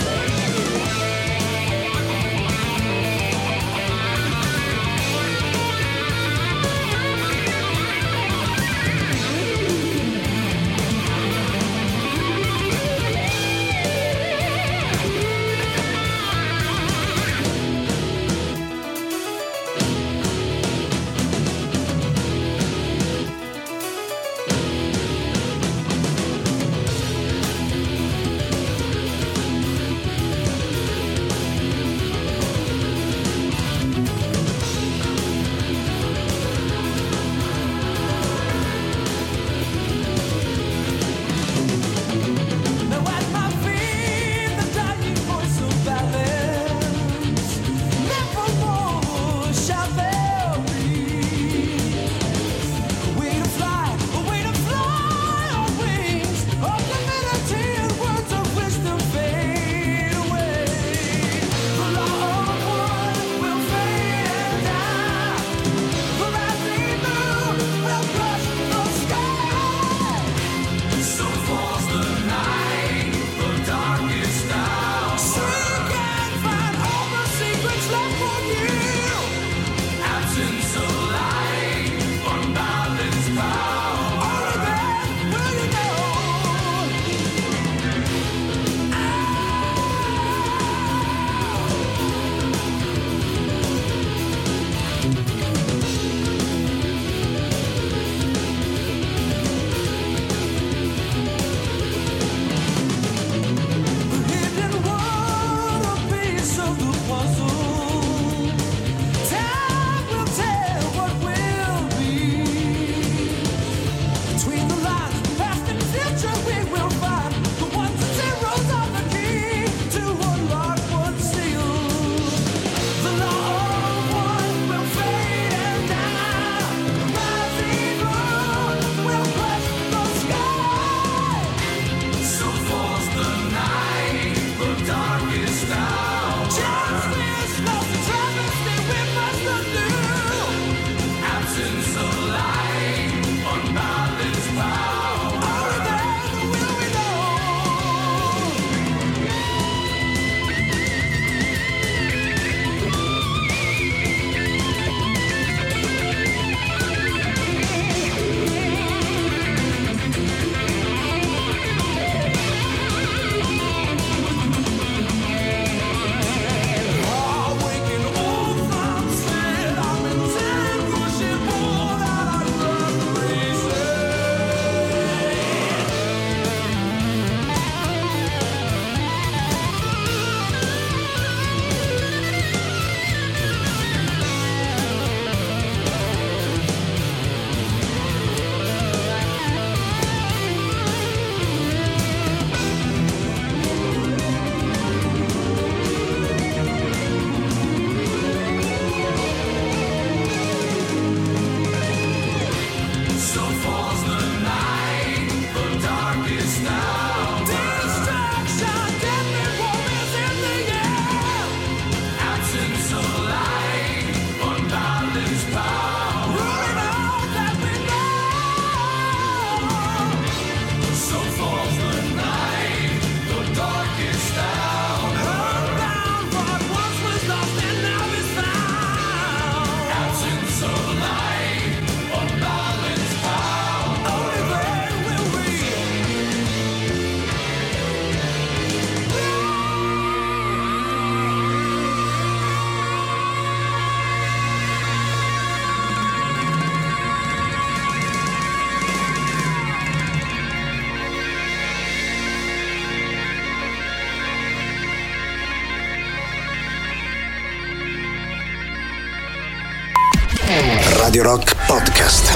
Radio Rock Podcast.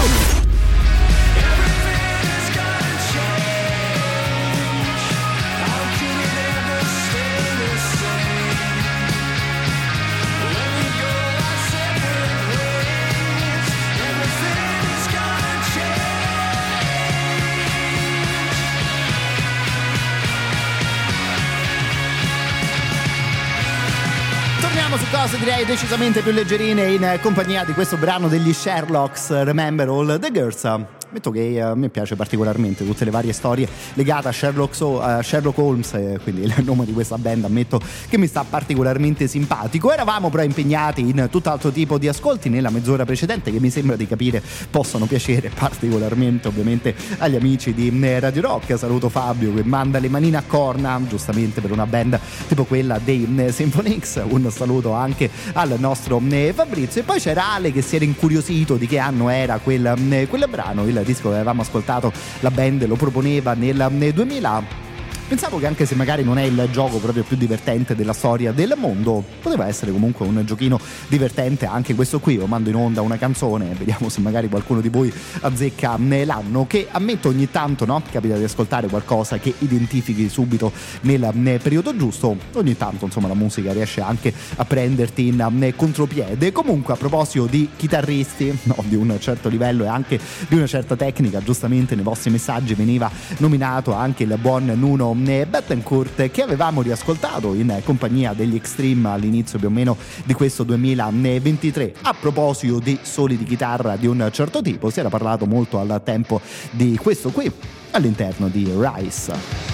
Su cose direi decisamente più leggerine in compagnia di questo brano degli Sherlocks, Remember All the Girls. Ammetto che a me piace particolarmente tutte le varie storie legate a Sherlock Holmes, quindi il nome di questa band ammetto che mi sta particolarmente simpatico. Eravamo però impegnati in tutt'altro tipo di ascolti nella mezz'ora precedente che mi sembra di capire possono piacere particolarmente ovviamente agli amici di Radio Rock. Saluto Fabio che manda le manine a corna giustamente per una band tipo quella dei Symphony X. Un saluto anche al nostro Fabrizio. E poi c'era Ale che si era incuriosito di che anno era quel brano. Il disco che avevamo ascoltato, la band lo proponeva nel 2000. Pensavo che anche se magari non è il gioco proprio più divertente della storia del mondo, poteva essere comunque un giochino divertente anche questo qui. Io mando in onda una canzone, vediamo se magari qualcuno di voi azzecca l'anno, che ammetto ogni tanto, no? Capita di ascoltare qualcosa che identifichi subito nel periodo giusto. Ogni tanto insomma la musica riesce anche a prenderti in contropiede. Comunque a proposito di chitarristi, no, di un certo livello e anche di una certa tecnica, giustamente nei vostri messaggi veniva nominato anche il buon Nuno Bettencourt, che avevamo riascoltato in compagnia degli Extreme all'inizio più o meno di questo 2023. A proposito di soli di chitarra di un certo tipo, si era parlato molto al tempo di questo qui all'interno di Rise.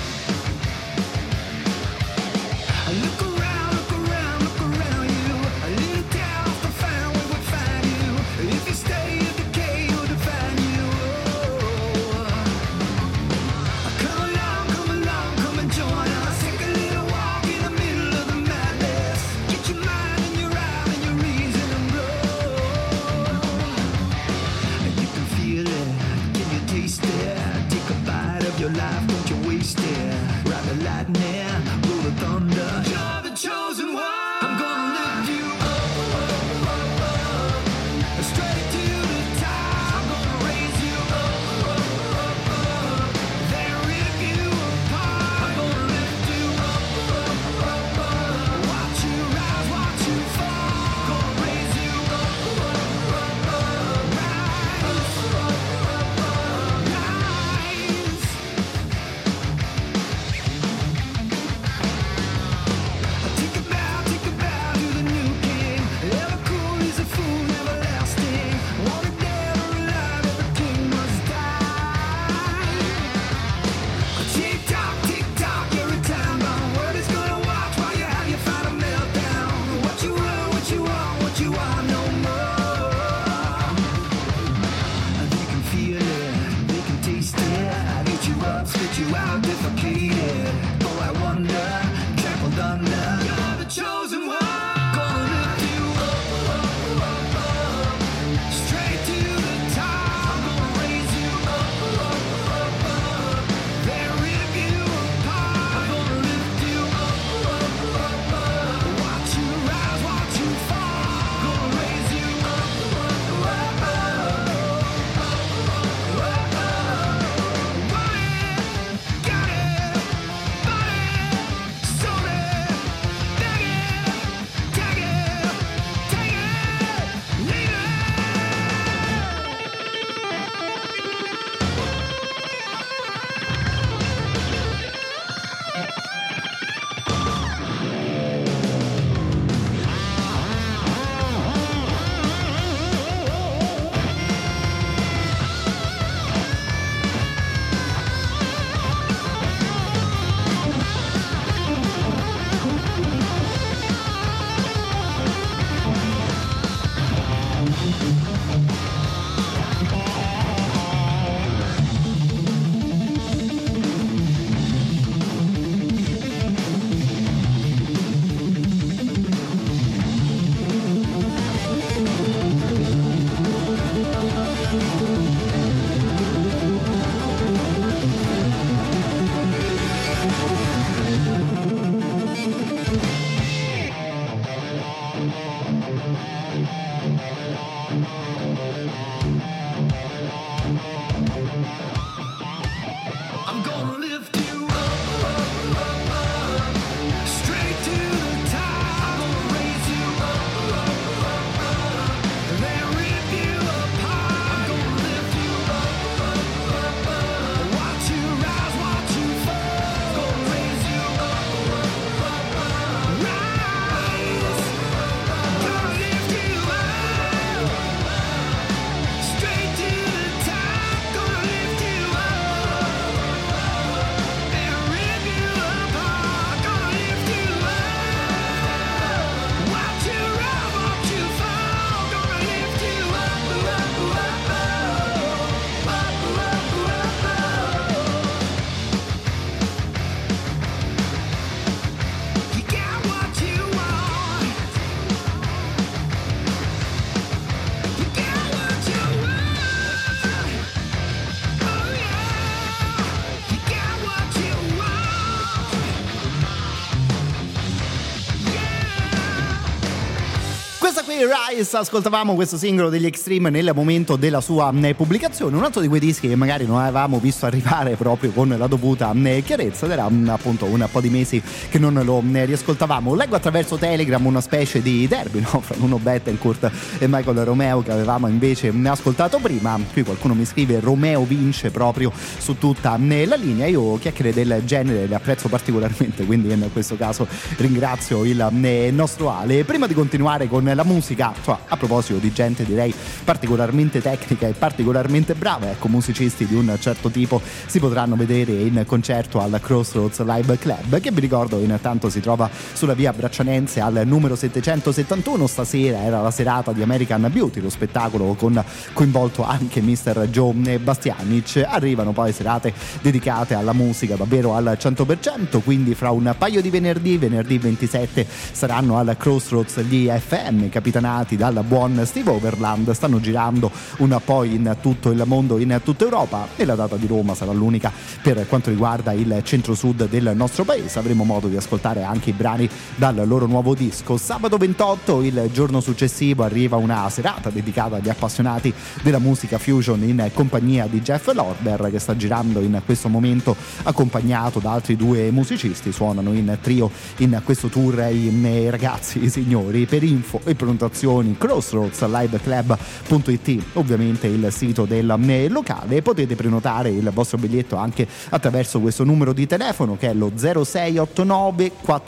Rice, ascoltavamo questo singolo degli Extreme nel momento della sua pubblicazione, un altro di quei dischi che magari non avevamo visto arrivare proprio con la dovuta chiarezza, ed era appunto un po' di mesi che non lo riascoltavamo. Leggo attraverso Telegram una specie di derby, no? Fra Nuno Bettencourt e Michael Romeo, che avevamo invece ascoltato prima. Qui qualcuno mi scrive: Romeo vince proprio su tutta la linea. Io chiacchiere del genere le apprezzo particolarmente, quindi in questo caso ringrazio il nostro Ale. Prima di continuare con la musica, a proposito di gente direi particolarmente tecnica e particolarmente brava, ecco, musicisti di un certo tipo si potranno vedere in concerto al Crossroads Live Club, che vi ricordo intanto si trova sulla via Braccianense al numero 771. Stasera era la serata di American Beauty, lo spettacolo con coinvolto anche Mr. Joe Bastianic. Arrivano poi serate dedicate alla musica davvero al 100%, quindi fra un paio di venerdì 27 saranno al Crossroads gli FM, capitanati dal buon Steve Overland. Stanno girando un po' in tutto il mondo, in tutta Europa, e la data di Roma sarà l'unica per quanto riguarda il centro-sud del nostro paese. Avremo modo di ascoltare anche i brani dal loro nuovo disco. Sabato 28, il giorno successivo, arriva una serata dedicata agli appassionati della musica fusion in compagnia di Jeff Lorber, che sta girando in questo momento accompagnato da altri due musicisti. Suonano in trio in questo tour i ragazzi, i signori. Per info e prenotazioni crossroadsliveclub.it, ovviamente il sito del locale. Potete prenotare il vostro biglietto anche attraverso questo numero di telefono, che è lo 0689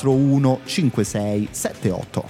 415678.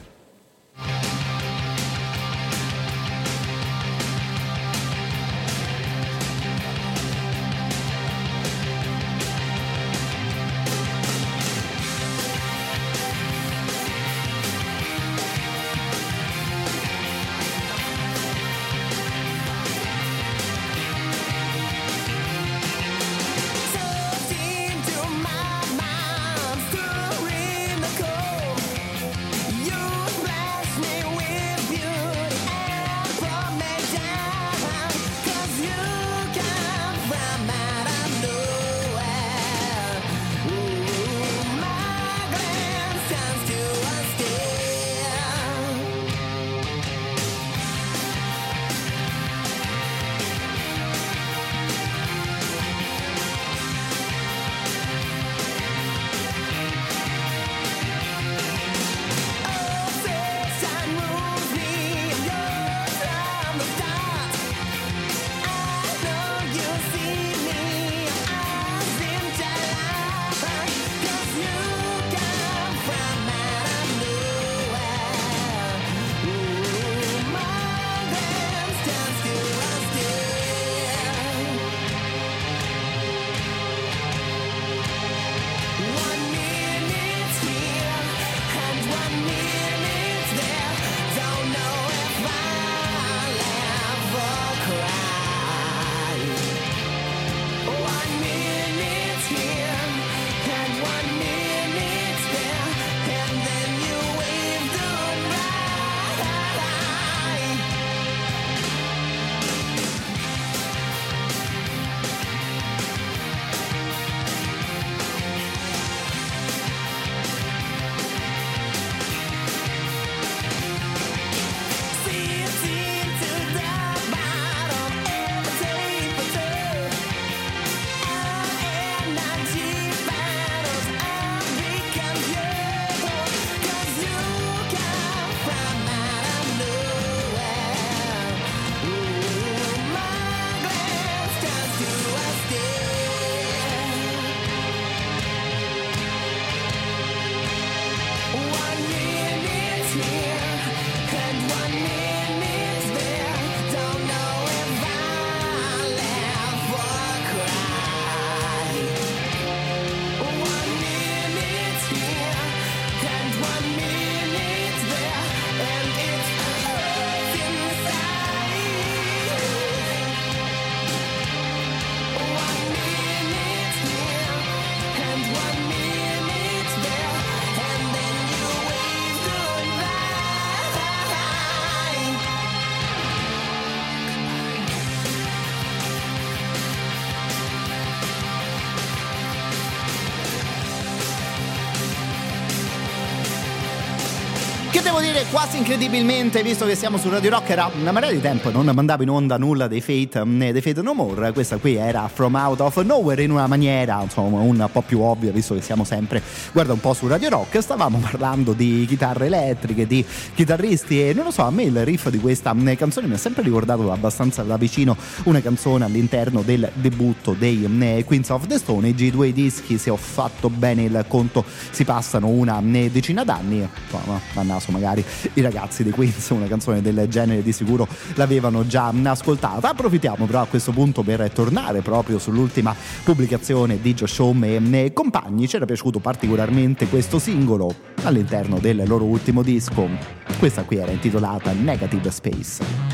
devo dire quasi incredibilmente, visto che siamo su Radio Rock, era una marea di tempo non mandavo in onda nulla dei Fate No More. Questa qui era From Out of Nowhere, in una maniera insomma un po' più ovvia, visto che siamo sempre, guarda un po', su Radio Rock. Stavamo parlando di chitarre elettriche, di chitarristi, e non lo so, a me il riff di questa canzone mi ha sempre ricordato abbastanza da vicino una canzone all'interno del debutto dei Queens of the Stone Age. I due dischi, se ho fatto bene il conto, si passano una decina d'anni. A naso magari i ragazzi dei Queens una canzone del genere di sicuro l'avevano già ascoltata. Approfittiamo però a questo punto per tornare proprio sull'ultima pubblicazione di Josh Homme e compagni. C'era piaciuto particolarmente questo singolo all'interno del loro ultimo disco. Questa qui era intitolata Negative Space.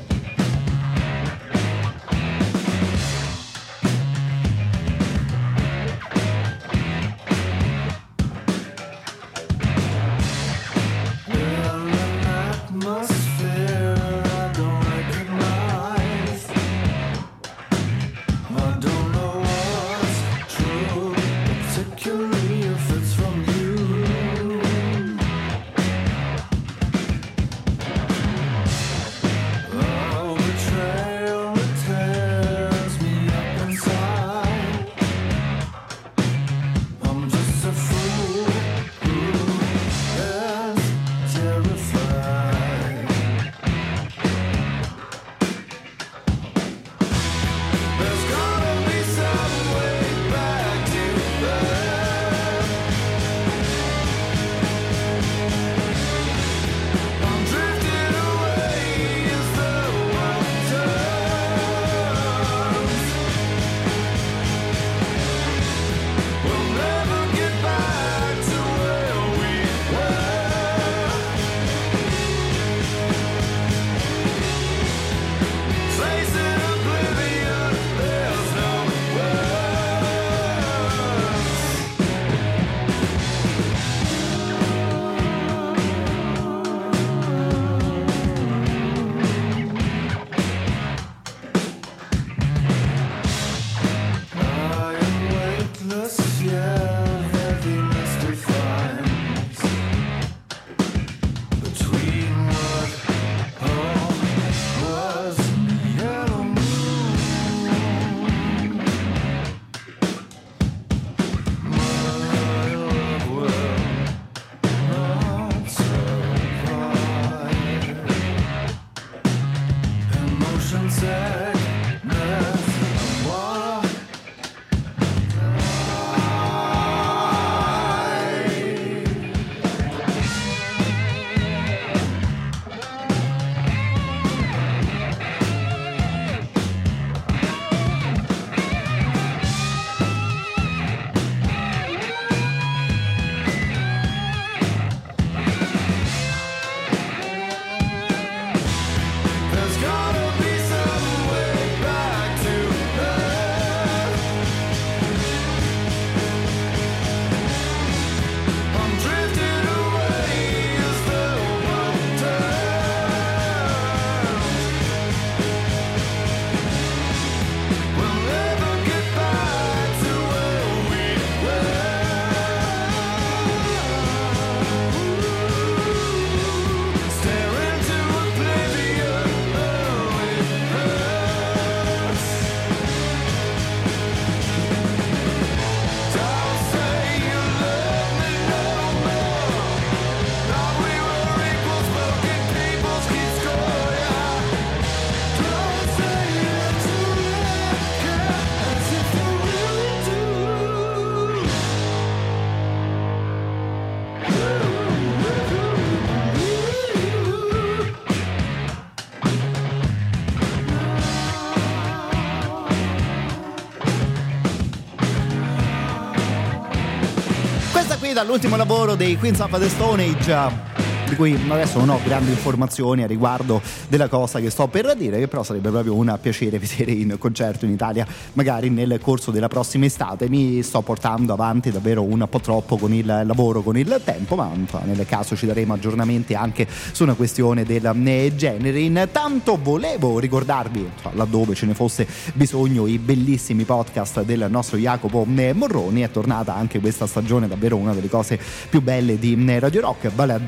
Dall'ultimo lavoro dei Queens of the Stone Age, di cui adesso non ho grandi informazioni a riguardo della cosa che sto per dire, che però sarebbe proprio un piacere vedere in concerto in Italia magari nel corso della prossima estate. Mi sto portando avanti davvero un po' troppo con il lavoro, con il tempo, ma nel caso ci daremo aggiornamenti anche su una questione del genere. Intanto volevo ricordarvi, laddove ce ne fosse bisogno, i bellissimi podcast del nostro Jacopo Morroni. È tornata anche questa stagione davvero una delle cose più belle di Radio Rock, vale a dire On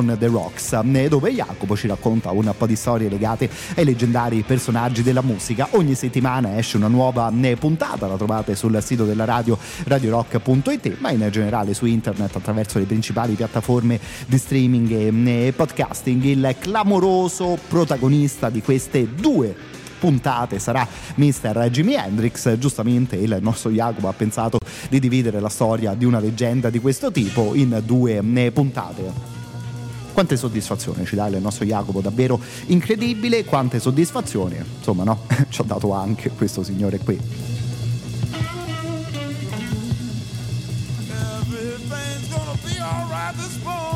on the Rocks, dove Jacopo ci racconta un po' di storie legate ai leggendari personaggi della musica. Ogni settimana esce una nuova puntata, la trovate sul sito della radio, radiorock.it, ma in generale su internet attraverso le principali piattaforme di streaming e podcasting. Il clamoroso protagonista di queste due puntate sarà Mr. Jimi Hendrix. Giustamente il nostro Jacopo ha pensato di dividere la storia di una leggenda di questo tipo in due puntate. Quante soddisfazioni ci dà il nostro Jacopo, davvero incredibile quante soddisfazioni, insomma, no? Ci ha dato anche questo signore qui. Everything's gonna be alright this morning.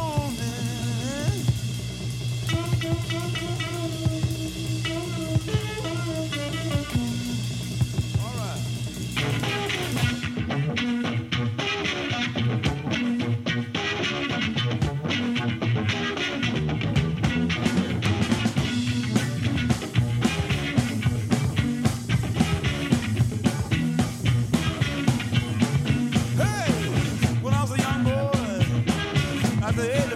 When I was a young boy, at the age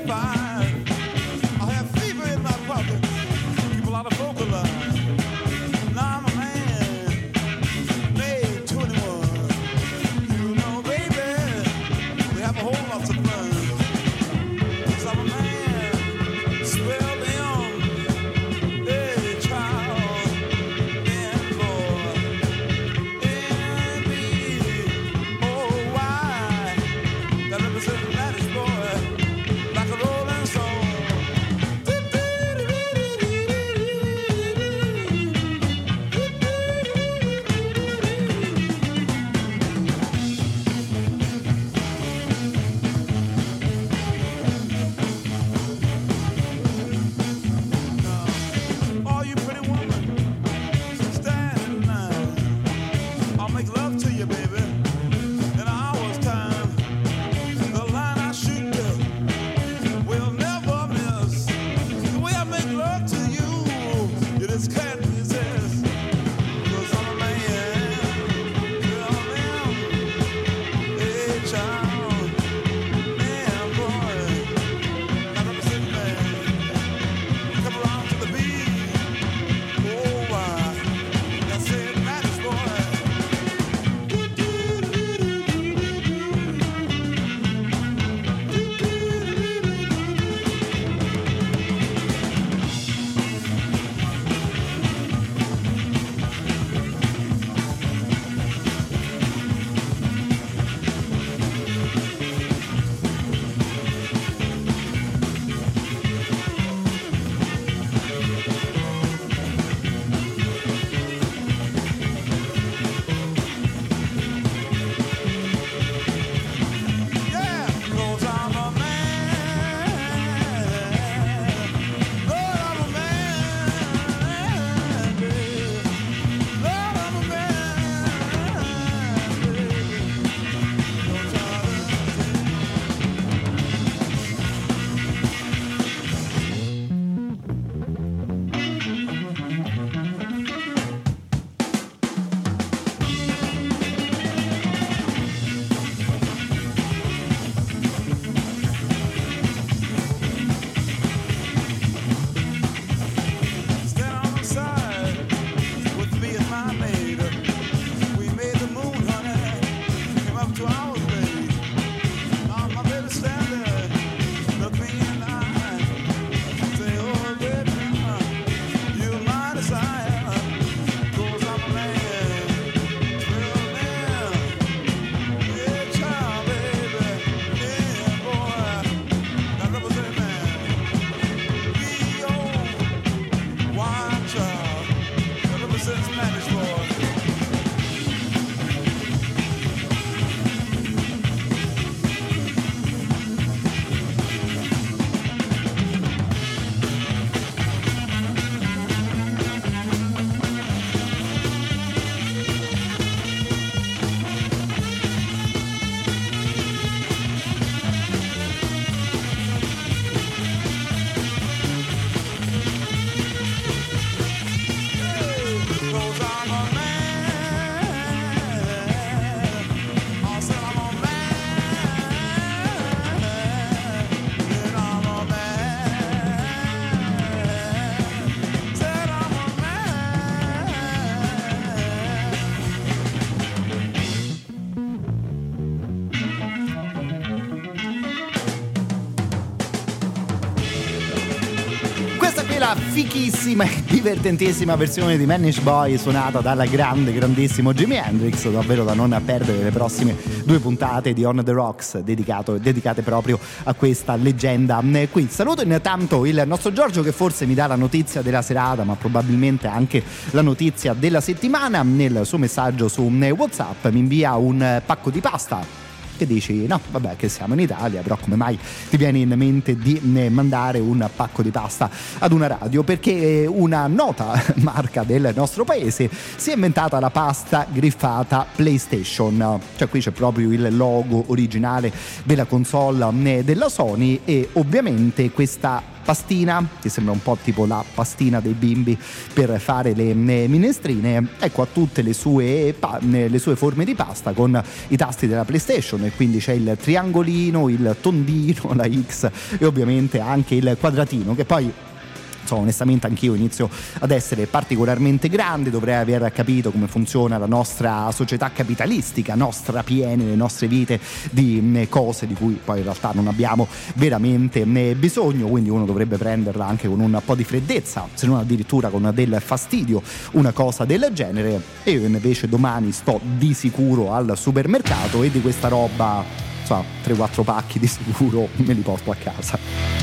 questa fichissima e divertentissima versione di Manish Boy suonata dalla grandissimo Jimi Hendrix, davvero da non perdere le prossime 2 puntate di On The Rocks dedicate proprio a questa leggenda qui. Saluto intanto il nostro Giorgio, che forse mi dà la notizia della serata, ma probabilmente anche la notizia della settimana. Nel suo messaggio su WhatsApp mi invia un pacco di pasta, che dici no vabbè che siamo in Italia, però come mai ti viene in mente di mandare un pacco di pasta ad una radio? Perché una nota marca del nostro paese si è inventata la pasta griffata PlayStation, cioè qui c'è proprio il logo originale della console della Sony, e ovviamente questa pastina, che sembra un po' tipo la pastina dei bimbi per fare le minestrine, ecco, ha tutte le sue forme di pasta con i tasti della PlayStation, e quindi c'è il triangolino, il tondino, la X e ovviamente anche il quadratino, che poi onestamente anch'io inizio ad essere particolarmente grande, dovrei aver capito come funziona la nostra società capitalistica, nostra piene le nostre vite di cose di cui poi in realtà non abbiamo veramente bisogno, quindi uno dovrebbe prenderla anche con un po' di freddezza, se non addirittura con del fastidio, una cosa del genere. E io invece domani sto di sicuro al supermercato e di questa roba 3-4 pacchi di sicuro me li porto a casa.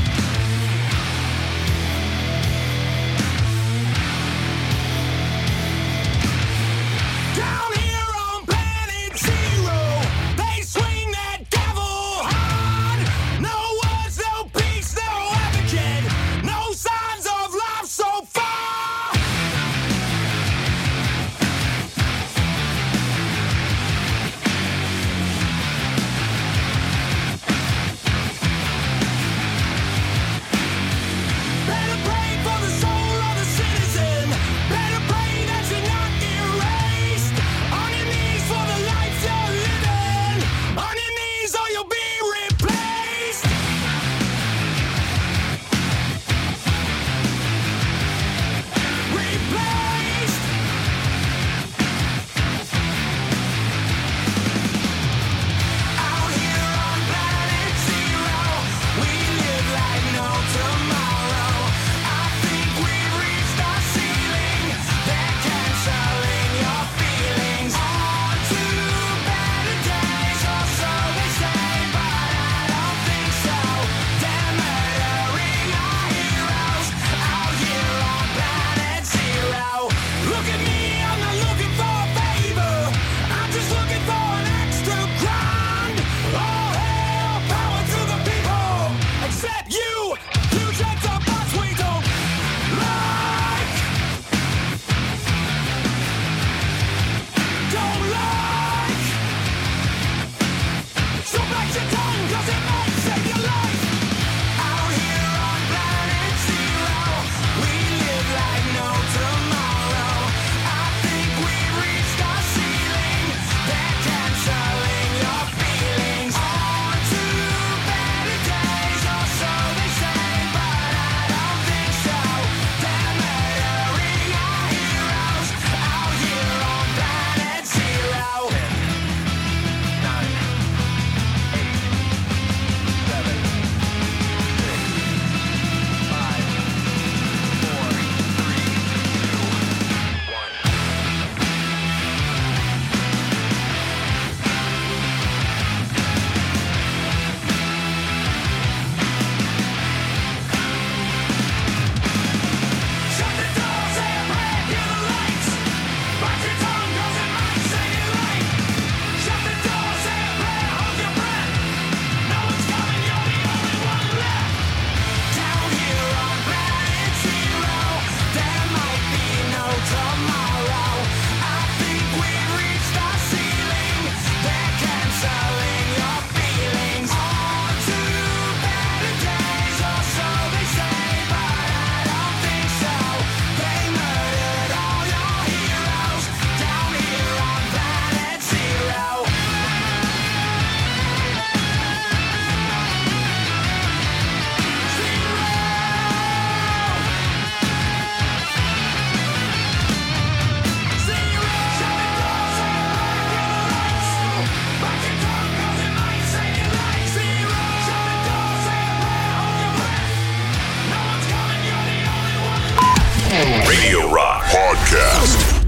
Podcast.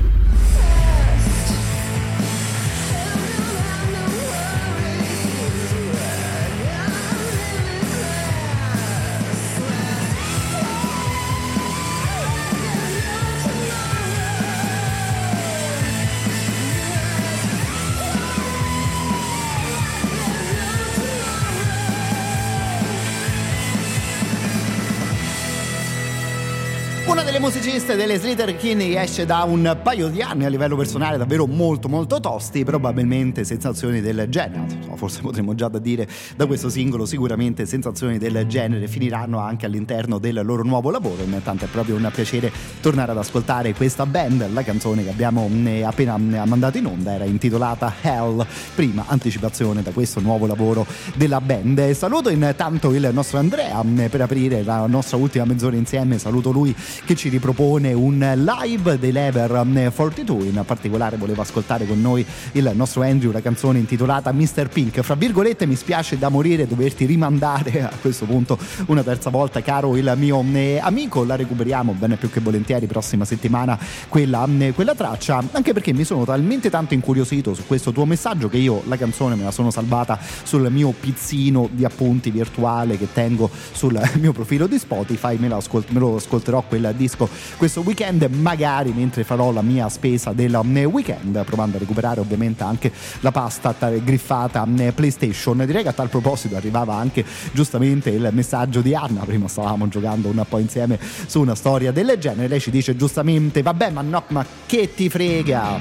Una delle musiciste delle Slater Kinney esce da un paio di anni a livello personale davvero molto molto tosti, probabilmente sensazioni del genere, forse potremmo già da dire da questo singolo, sicuramente sensazioni del genere finiranno anche all'interno del loro nuovo lavoro. Intanto è proprio un piacere tornare ad ascoltare questa band. La canzone che abbiamo appena mandato in onda era intitolata Hell, prima anticipazione da questo nuovo lavoro della band. Saluto intanto il nostro Andrea per aprire la nostra ultima mezz'ora insieme, saluto lui che ci ripropone un live dei Lever 42. In particolare voleva ascoltare con noi il nostro Andrew la canzone intitolata Mr. Pink. Fra virgolette, mi spiace da morire doverti rimandare a questo punto una terza volta, caro il mio amico. La recuperiamo bene più che volentieri prossima settimana quella traccia, anche perché mi sono talmente tanto incuriosito su questo tuo messaggio che io la canzone me la sono salvata sul mio pizzino di appunti virtuale che tengo sul mio profilo di Spotify. Me lo ascolterò quel disco questo weekend, magari mentre farò la mia spesa del weekend, provando a recuperare ovviamente anche la pasta griffata PlayStation. Direi che a tal proposito arrivava anche giustamente il messaggio di Anna, prima stavamo giocando un po' insieme su una storia del genere. Lei ci dice giustamente: vabbè, ma che ti frega,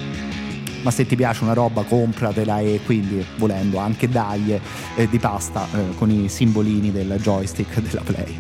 ma se ti piace una roba compratela, e quindi volendo anche dai di pasta con i simbolini del joystick della Play.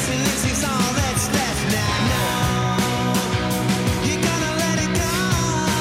All that's left now. No, you gotta let it go.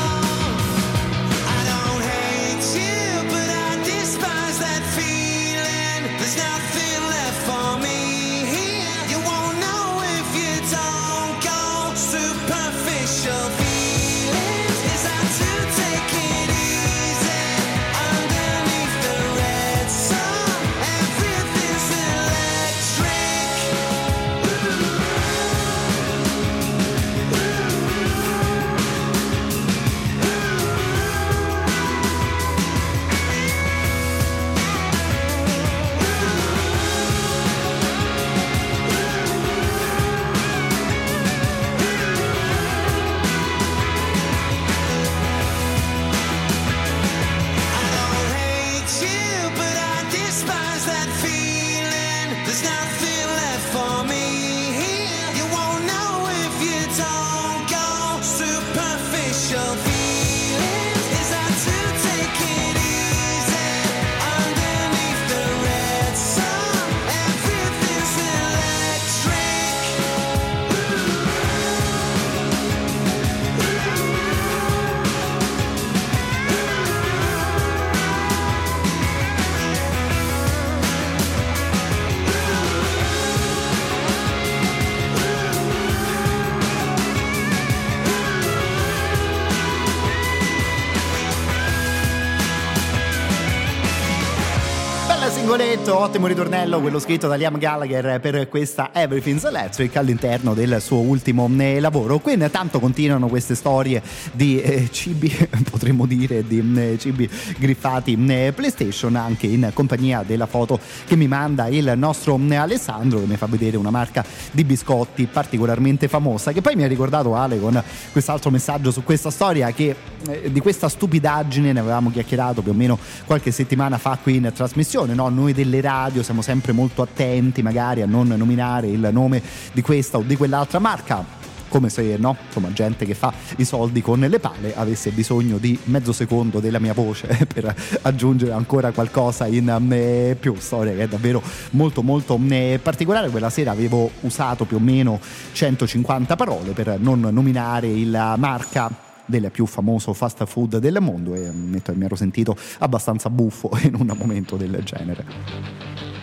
Rigoletto, ottimo ritornello, quello scritto da Liam Gallagher per questa Everything's Electric all'interno del suo ultimo lavoro. Qui intanto continuano queste storie di cibi, potremmo dire, di cibi griffati PlayStation, anche in compagnia della foto che mi manda il nostro Alessandro, che mi fa vedere una marca di biscotti particolarmente famosa, che poi mi ha ricordato Ale con quest'altro messaggio su questa storia che di questa stupidaggine ne avevamo chiacchierato più o meno qualche settimana fa qui in trasmissione, no? Noi delle radio siamo sempre molto attenti magari a non nominare il nome di questa o di quell'altra marca, come se, no, insomma, gente che fa i soldi con le pale avesse bisogno di mezzo secondo della mia voce per aggiungere ancora qualcosa in più. Storia che è davvero molto molto particolare. Quella sera avevo usato più o meno 150 parole per non nominare il marca del più famoso fast food del mondo, e mi ero sentito abbastanza buffo in un momento del genere.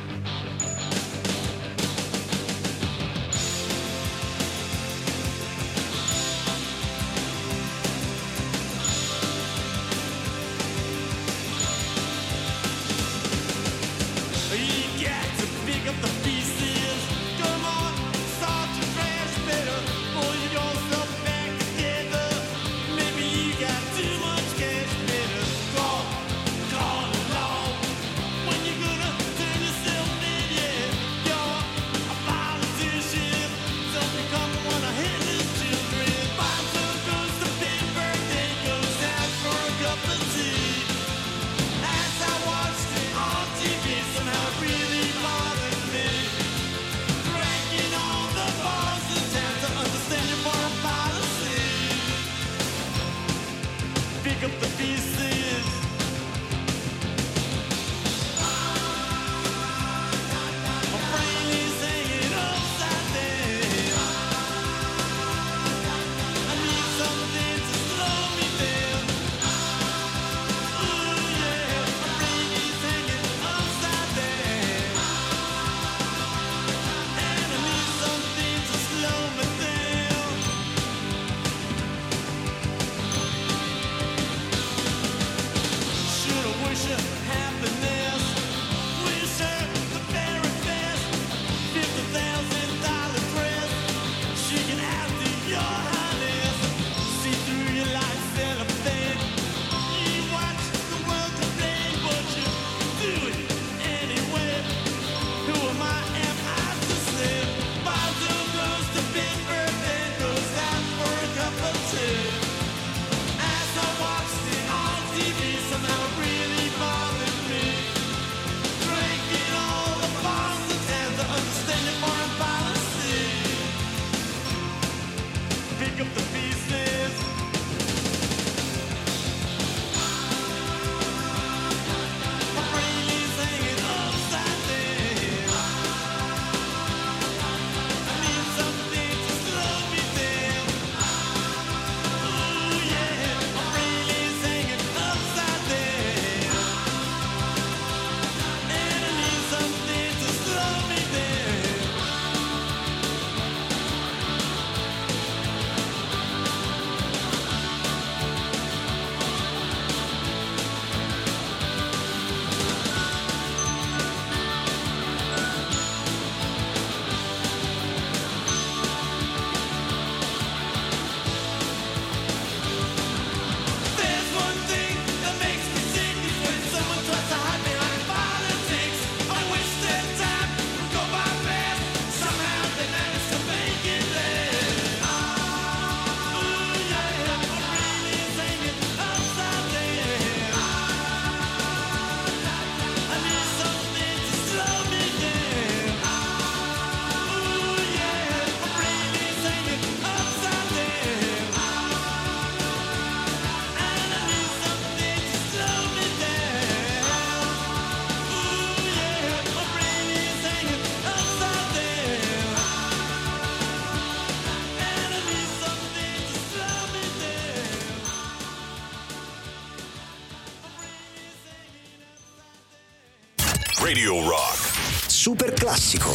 Radio Rock. Super classico.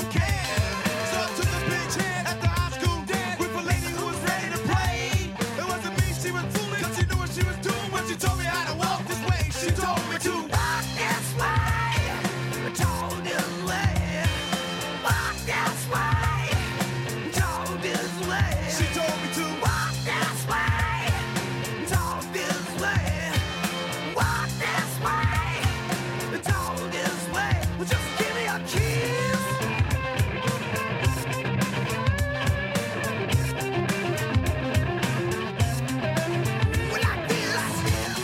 don't care. So I took a big chance at the high school dance with a lady who was ready to play. It wasn't me she was fooling, 'cause she knew what she was doing when she told me how to walk this way. She told me to walk this way, told this way, walk this way, told this way. She told me to walk this way, told this way, walk this way, told this way. Well, just give me a kiss. Well, I feel like this.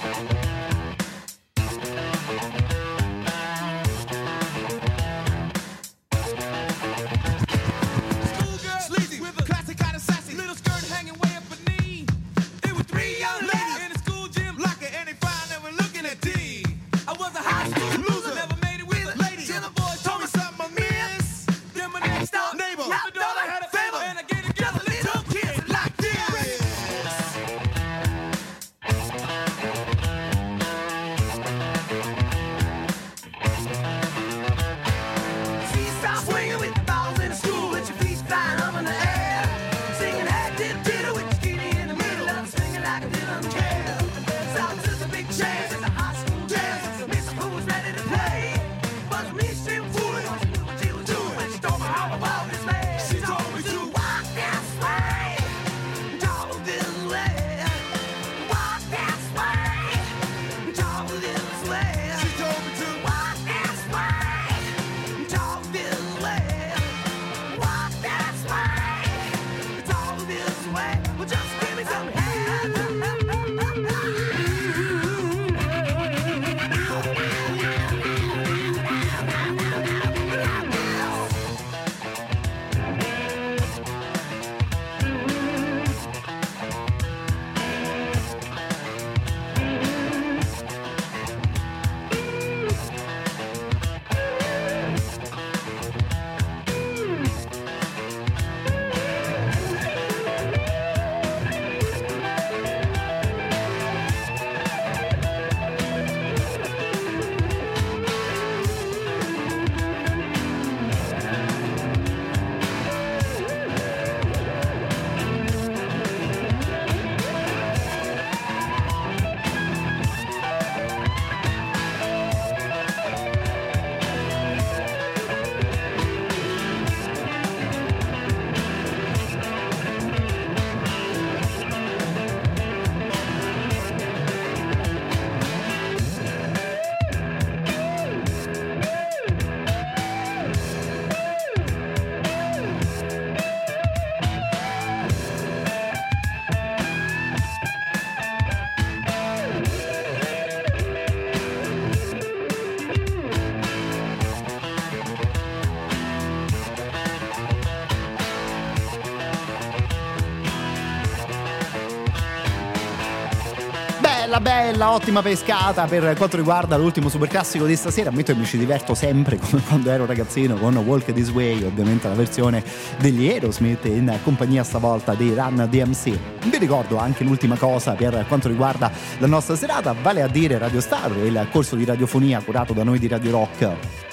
Schoolgirl, sleazy, with a classic kind of sassy, little skirt hanging way up her knee. It was three young ladies in the school gym locker, and they found they were looking at D. I was a high school loser, never made it with a lady. Till the boys told me something I missed. Then my next door neighbor, I thought I had a favor, and I gave together little kids like this. She stopped swinging with the balls in the school, with your feet flying up in the air. Singing hat dip diddle with your skinny in the middle, and I'm swinging like I didn't care. South is a big chance, it's a high school dance. Miss who was ready to play. But me, she was fooling, she knew what she was doing when she told me how about this man. She told me to walk this way, talk this way, walk this way, talk this way. She told me to walk this way, talk this way, walk this way, talk this way. Well, just give me some hand. Bella, ottima pescata per quanto riguarda l'ultimo superclassico di stasera. Ammetto che mi ci diverto sempre come quando ero ragazzino con Walk This Way, ovviamente la versione degli Aerosmith in compagnia stavolta dei Run DMC. Vi ricordo anche l'ultima cosa per quanto riguarda la nostra serata, vale a dire Radio Star, il corso di radiofonia curato da noi di Radio Rock.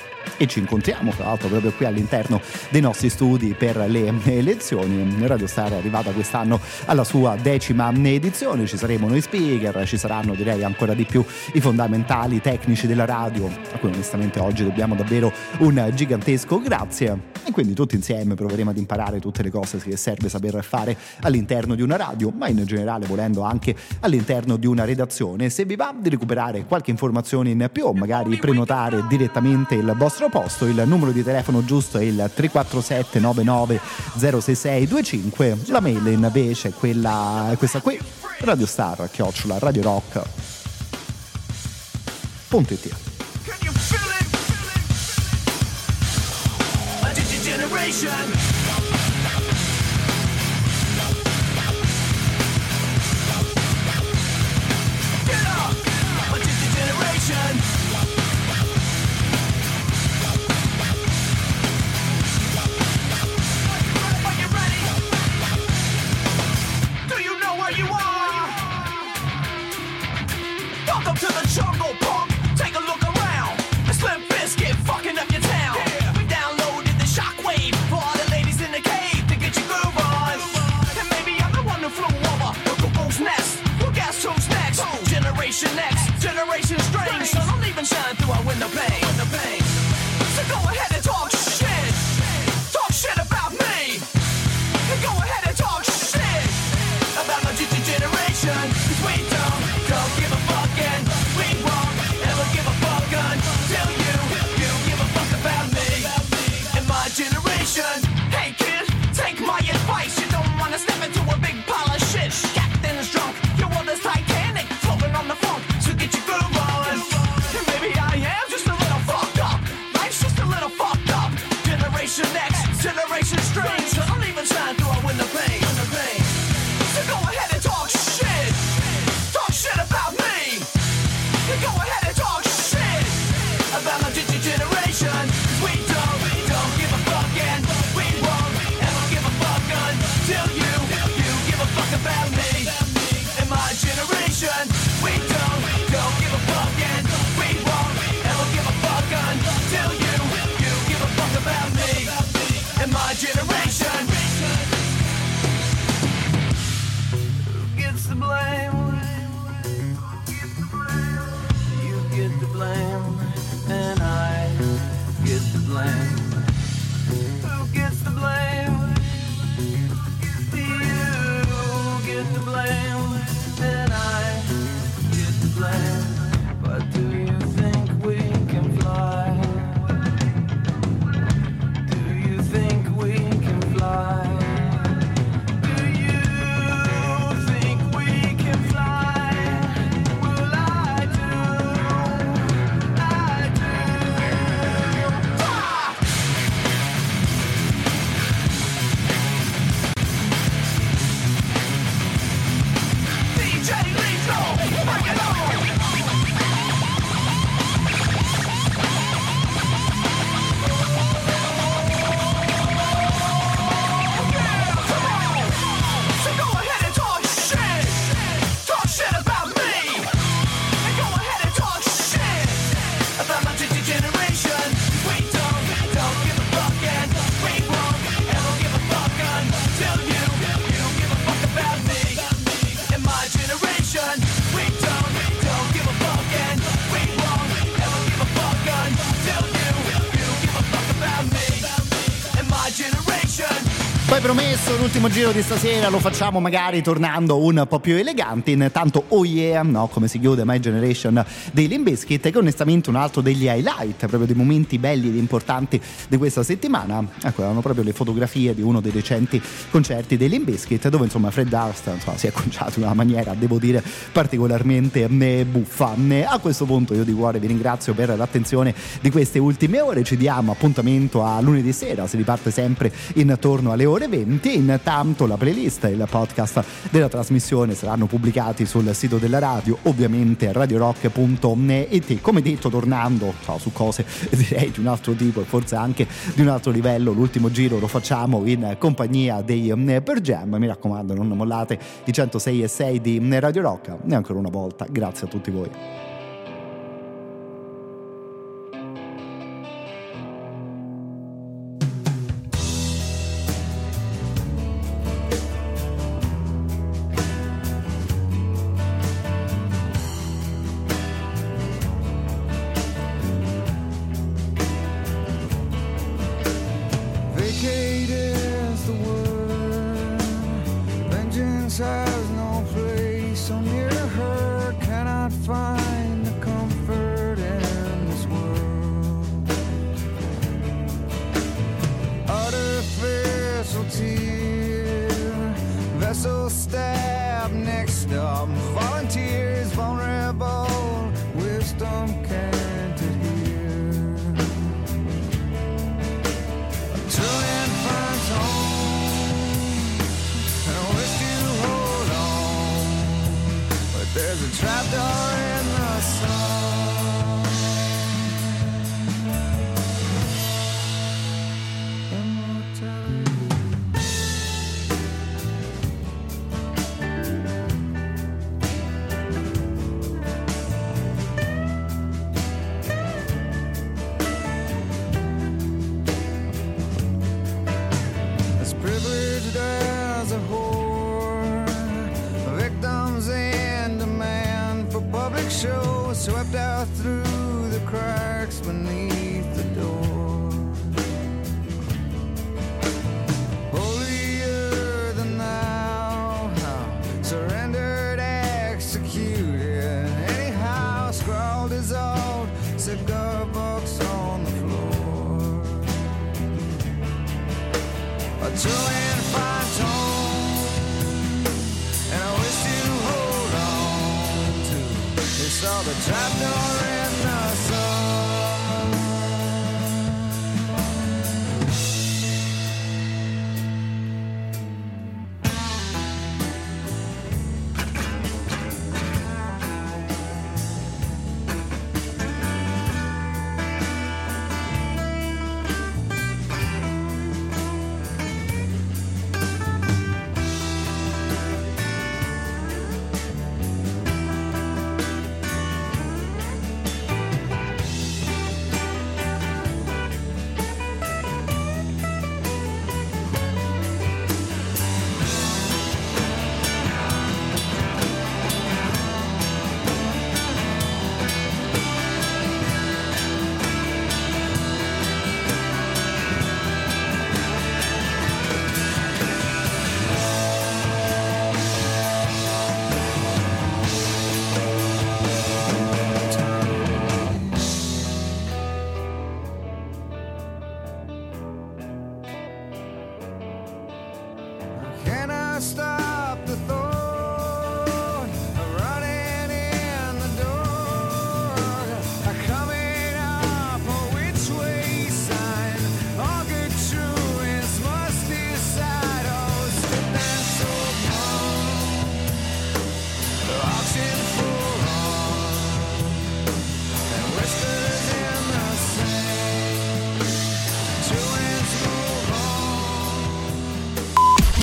E ci incontriamo tra l'altro proprio qui all'interno dei nostri studi per le elezioni. Radio Star è arrivata quest'anno alla sua 10ª edizione, ci saremo noi speaker, ci saranno direi ancora di più i fondamentali tecnici della radio, a cui onestamente oggi dobbiamo davvero un gigantesco grazie, e quindi tutti insieme proveremo ad imparare tutte le cose che serve saper fare all'interno di una radio, ma in generale volendo anche all'interno di una redazione. Se vi va di recuperare qualche informazione in più, magari prenotare direttamente il vostro posto, il numero di telefono giusto è il 347 99 06625, la mail invece è questa qui, radiostar@radiorock.it. Welcome to the jungle, punk. Take a look around. Slim Bizkit fucking up your town. We downloaded the shock Generation X, Generation Strange. I'll even shine through, I win the pain. So go ahead and talk shit. Talk shit about me. You go ahead and talk shit about my generation. We don't give a fuck, and we won't ever give a fuck until you give a fuck about me and my generation. We don't give a fuck, and we won't ever give a fuck until you give a fuck about me and my generation. Who gets the blame? You get the blame, and I get the blame. Who gets the blame? You get the blame, and I get the blame. But do you think we can fly? Do you think we can fly? Do you think we can fly? Well, I do. Ah! DJ Lethal, bring it on! So go ahead and talk shit about me, and go ahead and talk shit about my generation. We don't give a fuck, and we won't ever give a fuck until you give a fuck about me and my generation. We don't give a fuck, and we won't ever give a fuck until you give a fuck about me and my generation. Poi promesso, l'ultimo giro di stasera lo facciamo magari tornando un po' più eleganti. Intanto Oh Yeah, no, come si chiude My Generation dei Limp Bizkit, che onestamente un altro degli highlight, proprio dei momenti belli ed importanti di questa settimana. Ecco, erano proprio le fotografie di uno dei recenti concerti dei Limp Bizkit, dove insomma Fred Durst si è conciato in una maniera, devo dire, particolarmente buffa. A questo punto io di cuore vi ringrazio per l'attenzione di queste ultime ore. Ci diamo appuntamento a lunedì sera, si riparte sempre intorno alle ore 20. Intanto la playlist e il podcast della trasmissione saranno pubblicati sul sito della radio, ovviamente radiorock.it. Come detto, tornando su cose direi di un altro tipo e forse anche di un altro livello, l'ultimo giro lo facciamo in compagnia dei Pearl Jam. Mi raccomando, non mollate i 106.6 di Radio Rock. E ancora una volta grazie a tutti voi. Vacate is the word. Vengeance has no place. So near her cannot find the comfort in this world. Artificial tear, vessel stab next up. Volunteers vulnerable, wisdom can't adhere. Truant finds home, and I wish to hold on, but there's a trapdoor in the sun. Immortality. As privileged as a whore, victims in demand for public show, swept out through the cracks beneath the door. Holier than thou, surrendered, executed. Anyhow, scrawled dissolved, cigar box on the floor. A truant fine tone, and I wish to hold on to. They saw the trapdoor in the sun.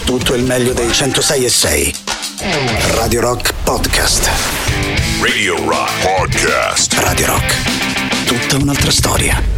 Tutto il meglio dei 106.6. Radio Rock Podcast. Radio Rock Podcast. Radio Rock. Tutta un'altra storia.